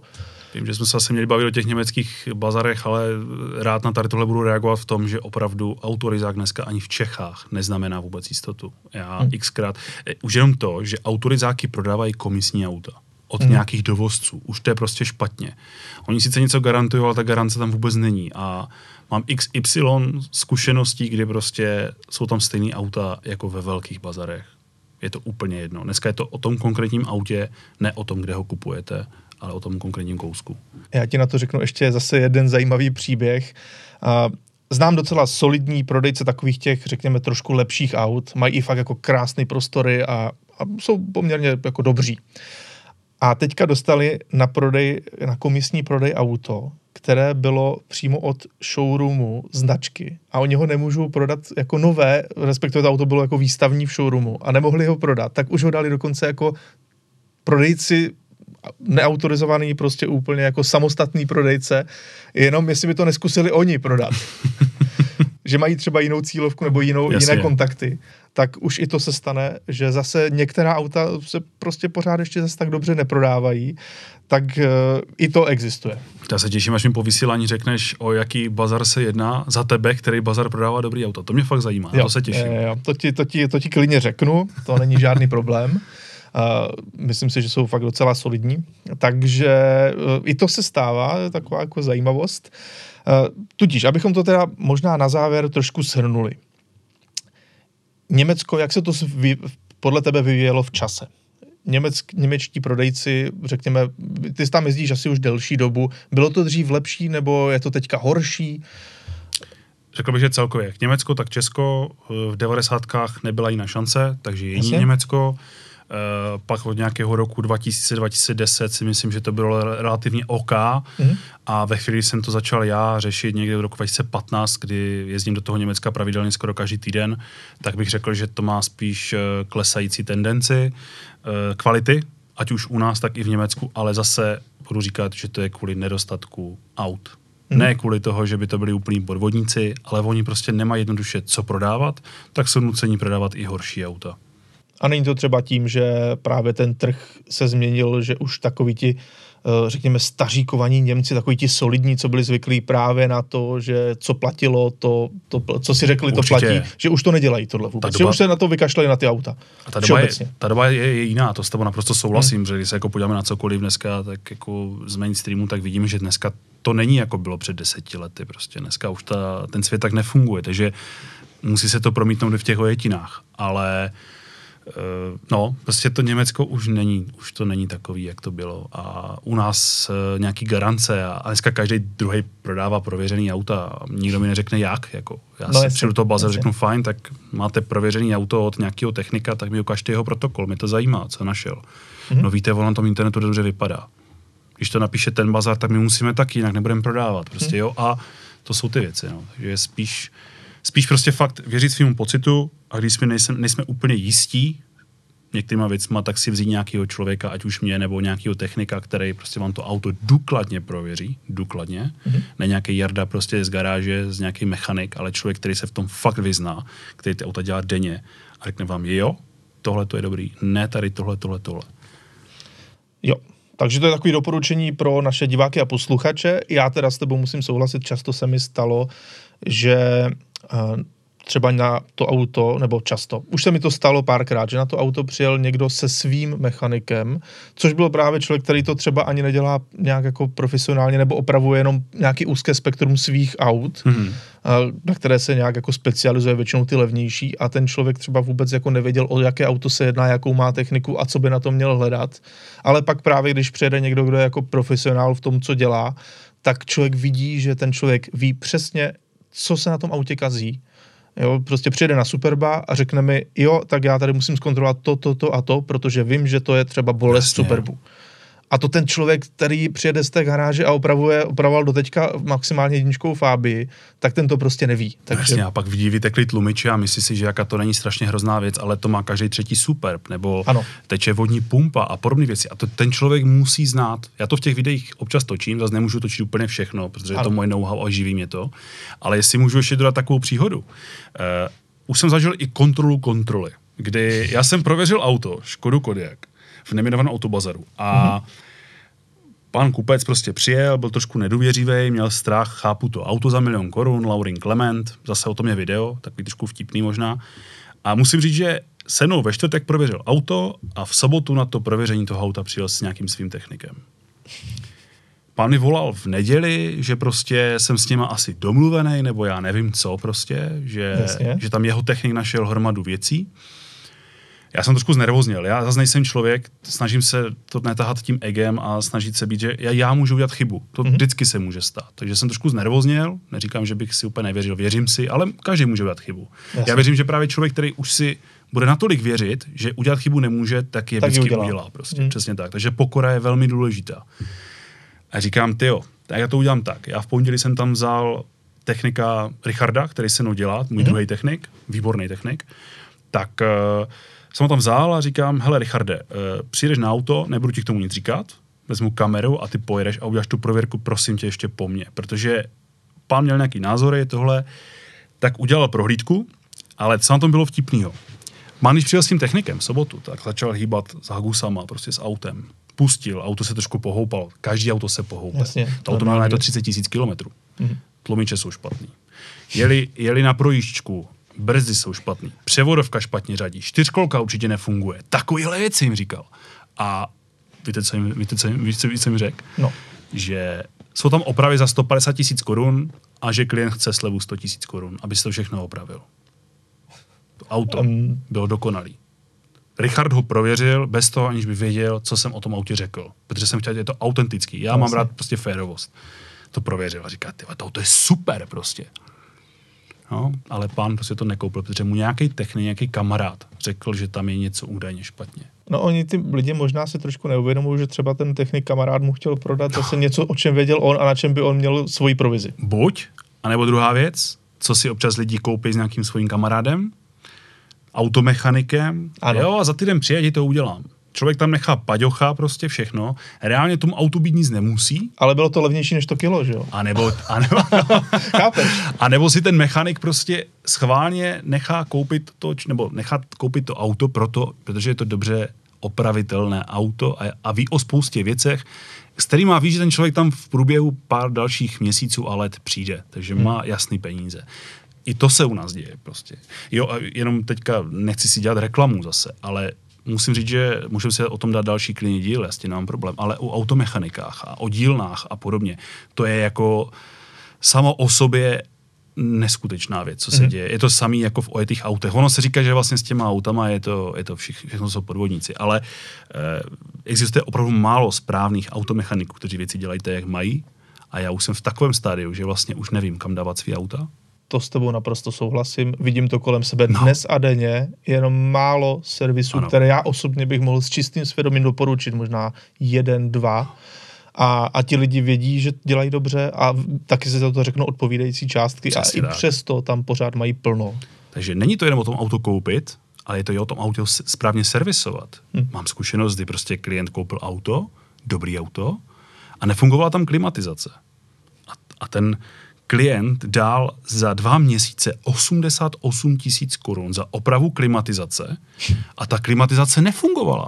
Vím, že jsme se asi měli bavit o těch německých bazarech, ale rád na tady tohle budu reagovat v tom, že opravdu autorizák dneska ani v Čechách neznamená vůbec jistotu. Já hmm. xkrát, už jenom to, že autorizáky prodávají komisní auta od hmm. nějakých dovozců. Už to je prostě špatně. Oni sice něco garantují, ale ta garance tam vůbec není. A mám iks ypsilon zkušeností, kdy prostě jsou tam stejný auta jako ve velkých bazarech. Je to úplně jedno. Dneska je to o tom konkrétním autě, ne o tom, kde ho kupujete, ale o tom konkrétním kousku. Já ti na to řeknu ještě zase jeden zajímavý příběh. Znám docela solidní prodejce takových těch, řekněme, trošku lepších aut. Mají i fakt jako krásné prostory a, a jsou poměrně jako dobří. A teďka dostali na prodej, na komisní prodej auto, které bylo přímo od showroomu značky a oni ho nemůžou prodat jako nové, respektive to auto bylo jako výstavní v showroomu a nemohli ho prodat, tak už ho dali dokonce jako prodejci neautorizovaný, prostě úplně jako samostatný prodejce, jenom jestli by to neskusili oni prodat. Že mají třeba jinou cílovku nebo jinou, jiné kontakty, tak už i to se stane, že zase některá auta se prostě pořád ještě zase tak dobře neprodávají, tak uh, i to existuje. Já se těším, až mi po vysílání řekneš, o jaký bazar se jedná za tebe, který bazar prodává dobrý auto. To mě fakt zajímá, jo, to se těším. Jo, to, ti, to, ti, to ti klidně řeknu, to není žádný problém. Uh, myslím si, že jsou fakt docela solidní. Takže uh, i to se stává, taková jako zajímavost. Uh, tudíž, abychom to teda možná na závěr trošku shrnuli. Německo, jak se to vy, podle tebe vyvíjelo v čase? Německ, němečtí prodejci, řekněme, ty tam jezdíš asi už delší dobu, bylo to dřív lepší, nebo je to teďka horší? Řekl bych, že celkově jak Německo, tak Česko v devadesátkách nebyla jiná šance, takže jiní Jasně. Německo. Uh, pak od nějakého roku dva tisíce dva tisíce deset si myslím, že to bylo relativně OK mm. a ve chvíli jsem to začal já řešit někdy v roku dva tisíce patnáct, kdy jezdím do toho Německa pravidelně skoro každý týden, tak bych řekl, že to má spíš uh, klesající tendenci uh, kvality, ať už u nás, tak i v Německu, ale zase budu říkat, že to je kvůli nedostatku aut. Mm. Ne kvůli toho, že by to byli úplní podvodníci, ale oni prostě nemají jednoduše co prodávat, tak jsou nuceni prodávat i horší auta. A není to třeba tím, že právě ten trh se změnil, že už takoví ti, řekněme, staříkovaní Němci, takoví ti solidní, co byli zvyklí právě na to, že co platilo, to, to co si řekli, to platí, je. Že už to nedělají tohle vůbec, doba, že už se na to vykašlali na ty auta. A ta doba, je, ta doba je, je jiná, to s tebou naprosto souhlasím, hmm. že když se jako podíváme na cokoliv dneska, tak jako z mainstreamu, tak vidíme, že dneska to není jako bylo před deseti lety, prostě dneska už ta, ten svět tak nefunguje, takže musí se to promítnout v těch ojetinách, ale no, prostě to Německo už není, už to není takový, jak to bylo. A u nás uh, nějaký garance a, a dneska každý druhý prodává prověřený auta a nikdo mi neřekne jak. Jako, já no si přijdu do toho bazaru, řeknu fajn, tak máte prověřený auto od nějakého technika, tak mi ukažte jeho protokol, mě to zajímá, co našel. Mm-hmm. No víte, on na tom internetu dobře vypadá. Když to napíše ten bazar, tak my musíme taky, jinak nebudeme prodávat. Prostě, mm. jo, a to jsou ty věci. No. Takže spíš Spíš prostě fakt věřit svýmu pocitu a když jsme nejsme, nejsme úplně jistí některýma věcma, tak si vzít nějakého člověka, ať už mě, nebo nějakého technika, který prostě vám to auto důkladně prověří, důkladně. Mm-hmm. Ne nějaký Jarda prostě z garáže, z nějaký mechanik, ale člověk, který se v tom fakt vyzná, který ty auta dělá denně a řekne vám, jo, tohle to je dobrý, ne tady tohle, tohle, tohle. Jo. Takže to je takové doporučení pro naše diváky a posluchače. Já teda s tebou musím souhlasit, často se mi stalo, že uh, třeba na to auto, nebo často, už se mi to stalo párkrát, že na to auto přijel někdo se svým mechanikem, což byl právě člověk, který to třeba ani nedělá nějak jako profesionálně, nebo opravuje jenom nějaký úzké spektrum svých aut, mm-hmm. na které se nějak jako specializuje většinou ty levnější a ten člověk třeba vůbec jako nevěděl, o jaké auto se jedná, jakou má techniku a co by na to měl hledat. Ale pak právě, když přijede někdo, kdo je jako profesionál v tom, co dělá, tak člověk vidí, že ten člověk ví přesně, co se na tom autě kazí. Jo, prostě přijede na Superba a řekne mi, jo, tak já tady musím zkontrolovat to, to, to a to, protože vím, že to je třeba bolest Jasně. Superbu. A to ten člověk, který přijede z té garáže a opravuje, opravoval doteďka maximálně jedničkou Fabii, tak ten to prostě neví. Takže... Jasně, a pak vidí vyteklý tlumiče a myslí si, že jaká to není strašně hrozná věc, ale to má každý třetí Superb, nebo ano. teče vodní pumpa a podobné věci. A to ten člověk musí znát. Já to v těch videích občas točím, zase nemůžu točit úplně všechno, protože ano. je to moje know-how a živí mě to. Ale jestli můžu ještě dodat takovou příhodu. Uh, už jsem zažil i kontrolu kontroly, kdy já jsem prověřil auto, Škodu Kodiaq, v nejmenovaném autobazaru. A mm-hmm. Pan kupec prostě přijel, byl trošku nedůvěřivý, měl strach, chápu to, auto za milion korun, Laurin Clement, zase o tom je video, takový trošku vtipný možná. A musím říct, že se mnou ve čtvrtek prověřil auto a v sobotu na to prověření toho auta přijel s nějakým svým technikem. Pán mi volal v neděli, že prostě jsem s nima asi domluvený, nebo já nevím co prostě, že, že tam jeho technik našel hromadu věcí. Já jsem trošku znervozněl. Já zase nejsem člověk, snažím se to netahat tím egem a snažit se být, že já, já můžu udělat chybu. To mm-hmm. vždycky se může stát. Takže jsem trošku znervozněl, neříkám, že bych si úplně nevěřil, věřím si, ale každý může udělat chybu. Jasně. Já věřím, že právě člověk, který už si bude natolik věřit, že udělat chybu nemůže, tak je tak vždycky udělá. udělá prostě. Mm. Přesně tak. Takže pokora je velmi důležitá. A říkám, tyjo, tak já to udělám tak. Já v pondělí jsem tam vzal technika Richarda, který se mnou dělá, můj mm. druhý technik, výborný technik. Tak uh, jsem ho tam vzal a říkám, hele Richarde, uh, přijdeš na auto, nebudu ti k tomu nic říkat, vezmu kameru a ty pojedeš a uděláš tu prověrku, prosím tě, ještě po mně. Protože pán měl nějaký názory, tohle, tak udělal prohlídku, ale co na tom bylo vtipnýho? Pán, když přijel s tím technikem v sobotu, tak začal hýbat s hagusama, prostě s autem. Pustil, auto se trošku pohoupalo. Každý auto se pohoupe. Jasně, to auto má na to třicet tisíc kilometrů. Mm-hmm. Tlumiče jsou špatný. Jeli, jeli na projížďku, brzdy jsou špatný, převodovka špatně řadí, čtyřkolka určitě nefunguje. Takovýhle věci jim říkal. A víte, co jim, víte, co jim, víte, co jim řekl? No. Že jsou tam opravy za sto padesát tisíc korun a že klient chce slevu sto tisíc korun, aby se to všechno opravil. To auto um. bylo dokonalý. Richard ho prověřil bez toho, aniž by věděl, co jsem o tom autě řekl. Protože jsem chtěl, že je to autentický. Já mám rád prostě férovost. To prověřil a říká, tyhle, to auto je super prostě. No, ale pán prostě to nekoupil, protože mu nějaký technik, nějaký kamarád řekl, že tam je něco údajně špatně. No oni ty lidi možná si trošku neuvědomují, že třeba ten technik kamarád mu chtěl prodat zase něco, o čem věděl on a na čem by on měl svoji provizi. Buď, anebo druhá věc, co si občas lidi koupí s nějakým svým kamarádem, automechanikem, ano. Jo, a za týden přijedí to udělám. Člověk tam nechá paďocha, prostě všechno. Reálně tomu autu být nic nemusí. Ale bylo to levnější než to kilo, že jo? A nebo, a nebo, a nebo si ten mechanik prostě schválně nechá koupit to, nebo nechá koupit to auto proto, protože je to dobře opravitelné auto a, a ví o spoustě věcech, s kterýma ví, že ten člověk tam v průběhu pár dalších měsíců a let přijde. Takže hmm. má jasný peníze. I to se u nás děje prostě. Jo, a jenom teďka nechci si dělat reklamu zase, ale musím říct, že můžeme se o tom dát další klidný díl, já s tím nemám problém, ale o automechanikách a o dílnách a podobně, to je jako samo o sobě neskutečná věc, co se mm. děje. Je to samý jako v ojetých autech. Ono se říká, že vlastně s těma autama je to, je to všichni, všechno jsou podvodníci, ale eh, existuje opravdu málo správných automechaniků, kteří věci dělají tak, jak mají, a já už jsem v takovém stádiu, že vlastně už nevím, kam dávat svý auta. To s tebou naprosto souhlasím. Vidím to kolem sebe no. dnes a denně. Jenom málo servisů, ano. které já osobně bych mohl s čistým svědomím doporučit. Možná jeden, dva. A, a ti lidi vědí, že dělají dobře a taky se za to řeknou odpovídající částky. Přesně a tak. I přesto tam pořád mají plno. Takže není to jenom o tom auto koupit, ale je to i o tom auto správně servisovat. Hm. Mám zkušenost, kdy prostě klient koupil auto, dobrý auto, a nefungovala tam klimatizace. A, a ten klient dal za dva měsíce osmdesát osm tisíc korun za opravu klimatizace a ta klimatizace nefungovala.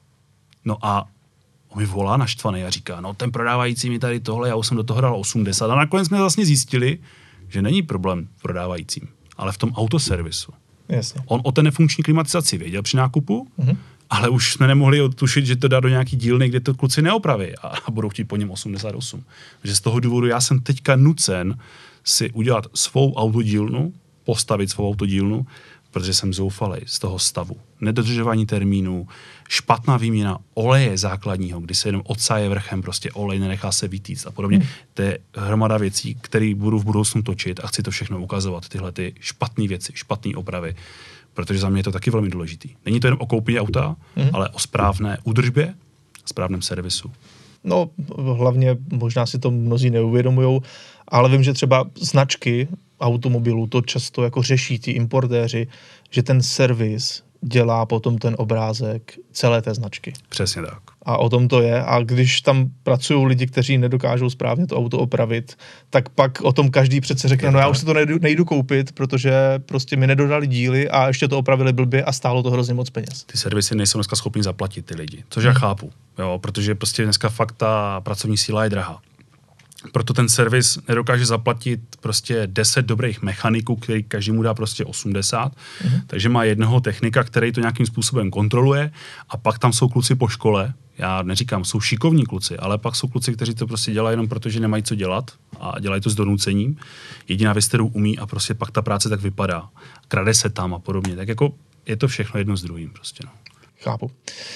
No a on mi volá naštvaný a říká, no ten prodávající mi tady tohle, já už jsem do toho dal osmdesát. A nakonec jsme vlastně zjistili, že není problém v prodávajícím, ale v tom autoservisu. Jasně. On o té nefunkční klimatizaci věděl při nákupu, mm-hmm. ale už jsme nemohli odtušit, že to dá do nějaký dílny, kde to kluci neopraví a, a budou chtít po něm osmdesát osm. Takže z toho důvodu já jsem teďka nucen si udělat svou autodílnu, postavit svou autodílnu, protože jsem zoufalej z toho stavu. Nedodržování termínů, špatná výměna oleje základního, kdy se jenom odsáje vrchem, prostě olej nenechá se vytýct a podobně. Hmm. To je hromada věcí, které budu v budoucnu točit a chci to všechno ukazovat, tyhle ty špatné věci, špatné opravy, protože za mě je to taky velmi důležitý. Není to jen o koupě auta, hmm. ale o správné údržbě, správném servisu. No, hlavně možná si to mnozí neuvědomujou, ale vím, že třeba značky automobilů to často jako řeší ti importéři, že ten servis dělá potom ten obrázek celé té značky. Přesně tak. A o tom to je. A když tam pracují lidi, kteří nedokážou správně to auto opravit, tak pak o tom každý přece řekne, no já už si to nejdu, nejdu koupit, protože prostě mi nedodali díly a ještě to opravili blbě a stálo to hrozně moc peněz. Ty servisy nejsou dneska schopni zaplatit ty lidi, což já chápu, jo, protože prostě dneska fakt ta pracovní síla je drahá. Proto ten servis nedokáže zaplatit prostě deset dobrých mechaniků, který každý mu dá prostě osmdesát, mm-hmm. takže má jednoho technika, který to nějakým způsobem kontroluje a pak tam jsou kluci po škole, já neříkám, jsou šikovní kluci, ale pak jsou kluci, kteří to prostě dělají jenom proto, že nemají co dělat a dělají to s donucením. Jediná věc, kterou umí a prostě pak ta práce tak vypadá. Krade se tam a podobně. Tak jako je to všechno jedno s druhým prostě. No. Chápu.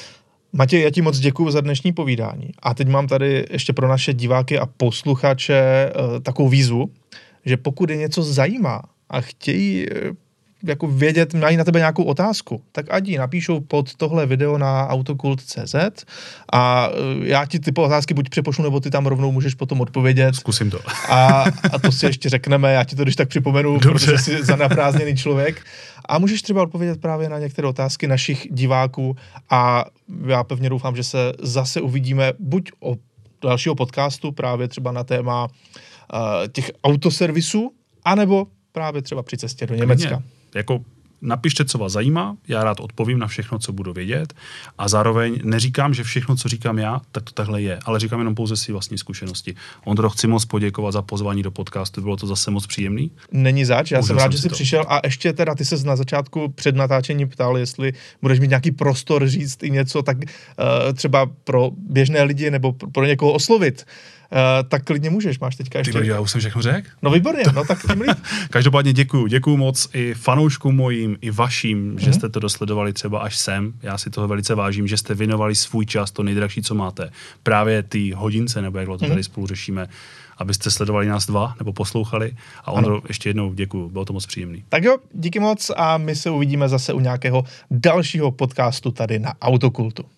Matěj, já ti moc děkuju za dnešní povídání. A teď mám tady ještě pro naše diváky a posluchače uh, takovou výzvu, že pokud je něco zajímá a chtějí uh, jako vědět, mají na tebe nějakou otázku, tak ať ji napíšou pod tohle video na autokult tečka cé zet a uh, já ti ty otázky buď přepošlu, nebo ty tam rovnou můžeš potom odpovědět. Zkusím to. A, a to si ještě řekneme, já ti to když tak připomenu, dobře, protože jsi zanaprázdněný člověk. A můžeš třeba odpovědět právě na některé otázky našich diváků a já pevně doufám, že se zase uvidíme buď o dalšího podcastu právě třeba na téma uh, těch autoservisů, anebo právě třeba při cestě do Německa. Klidně. Jako napište, co vás zajímá, já rád odpovím na všechno, co budu vědět a zároveň neříkám, že všechno, co říkám já, tak to takhle je, ale říkám jenom pouze si vlastní zkušenosti. Ondro, chci moc poděkovat za pozvání do podcastu, bylo to zase moc příjemný. Není zač, já Užil jsem rád, jsem že jsi to. přišel a ještě teda ty ses na začátku před natáčením ptal, jestli budeš mít nějaký prostor říct i něco tak uh, třeba pro běžné lidi nebo pro někoho oslovit. Uh, tak klidně můžeš, máš teďka ještě. Ty, já už jsem všechno řekl. No výborně, no tak tím líp. Každopádně děkuju, děkuju moc i fanouškům mojím, i vaším, mm-hmm. že jste to dosledovali třeba až sem. Já si toho velice vážím, že jste věnovali svůj čas, to nejdražší, co máte. Právě ty hodince, nebo jak to tady mm-hmm. spolu řešíme, abyste sledovali nás dva, nebo poslouchali. A Ondro, ještě jednou děkuju, bylo to moc příjemný. Tak jo, díky moc a my se uvidíme zase u nějakého dalšího podcastu tady na Autokultu.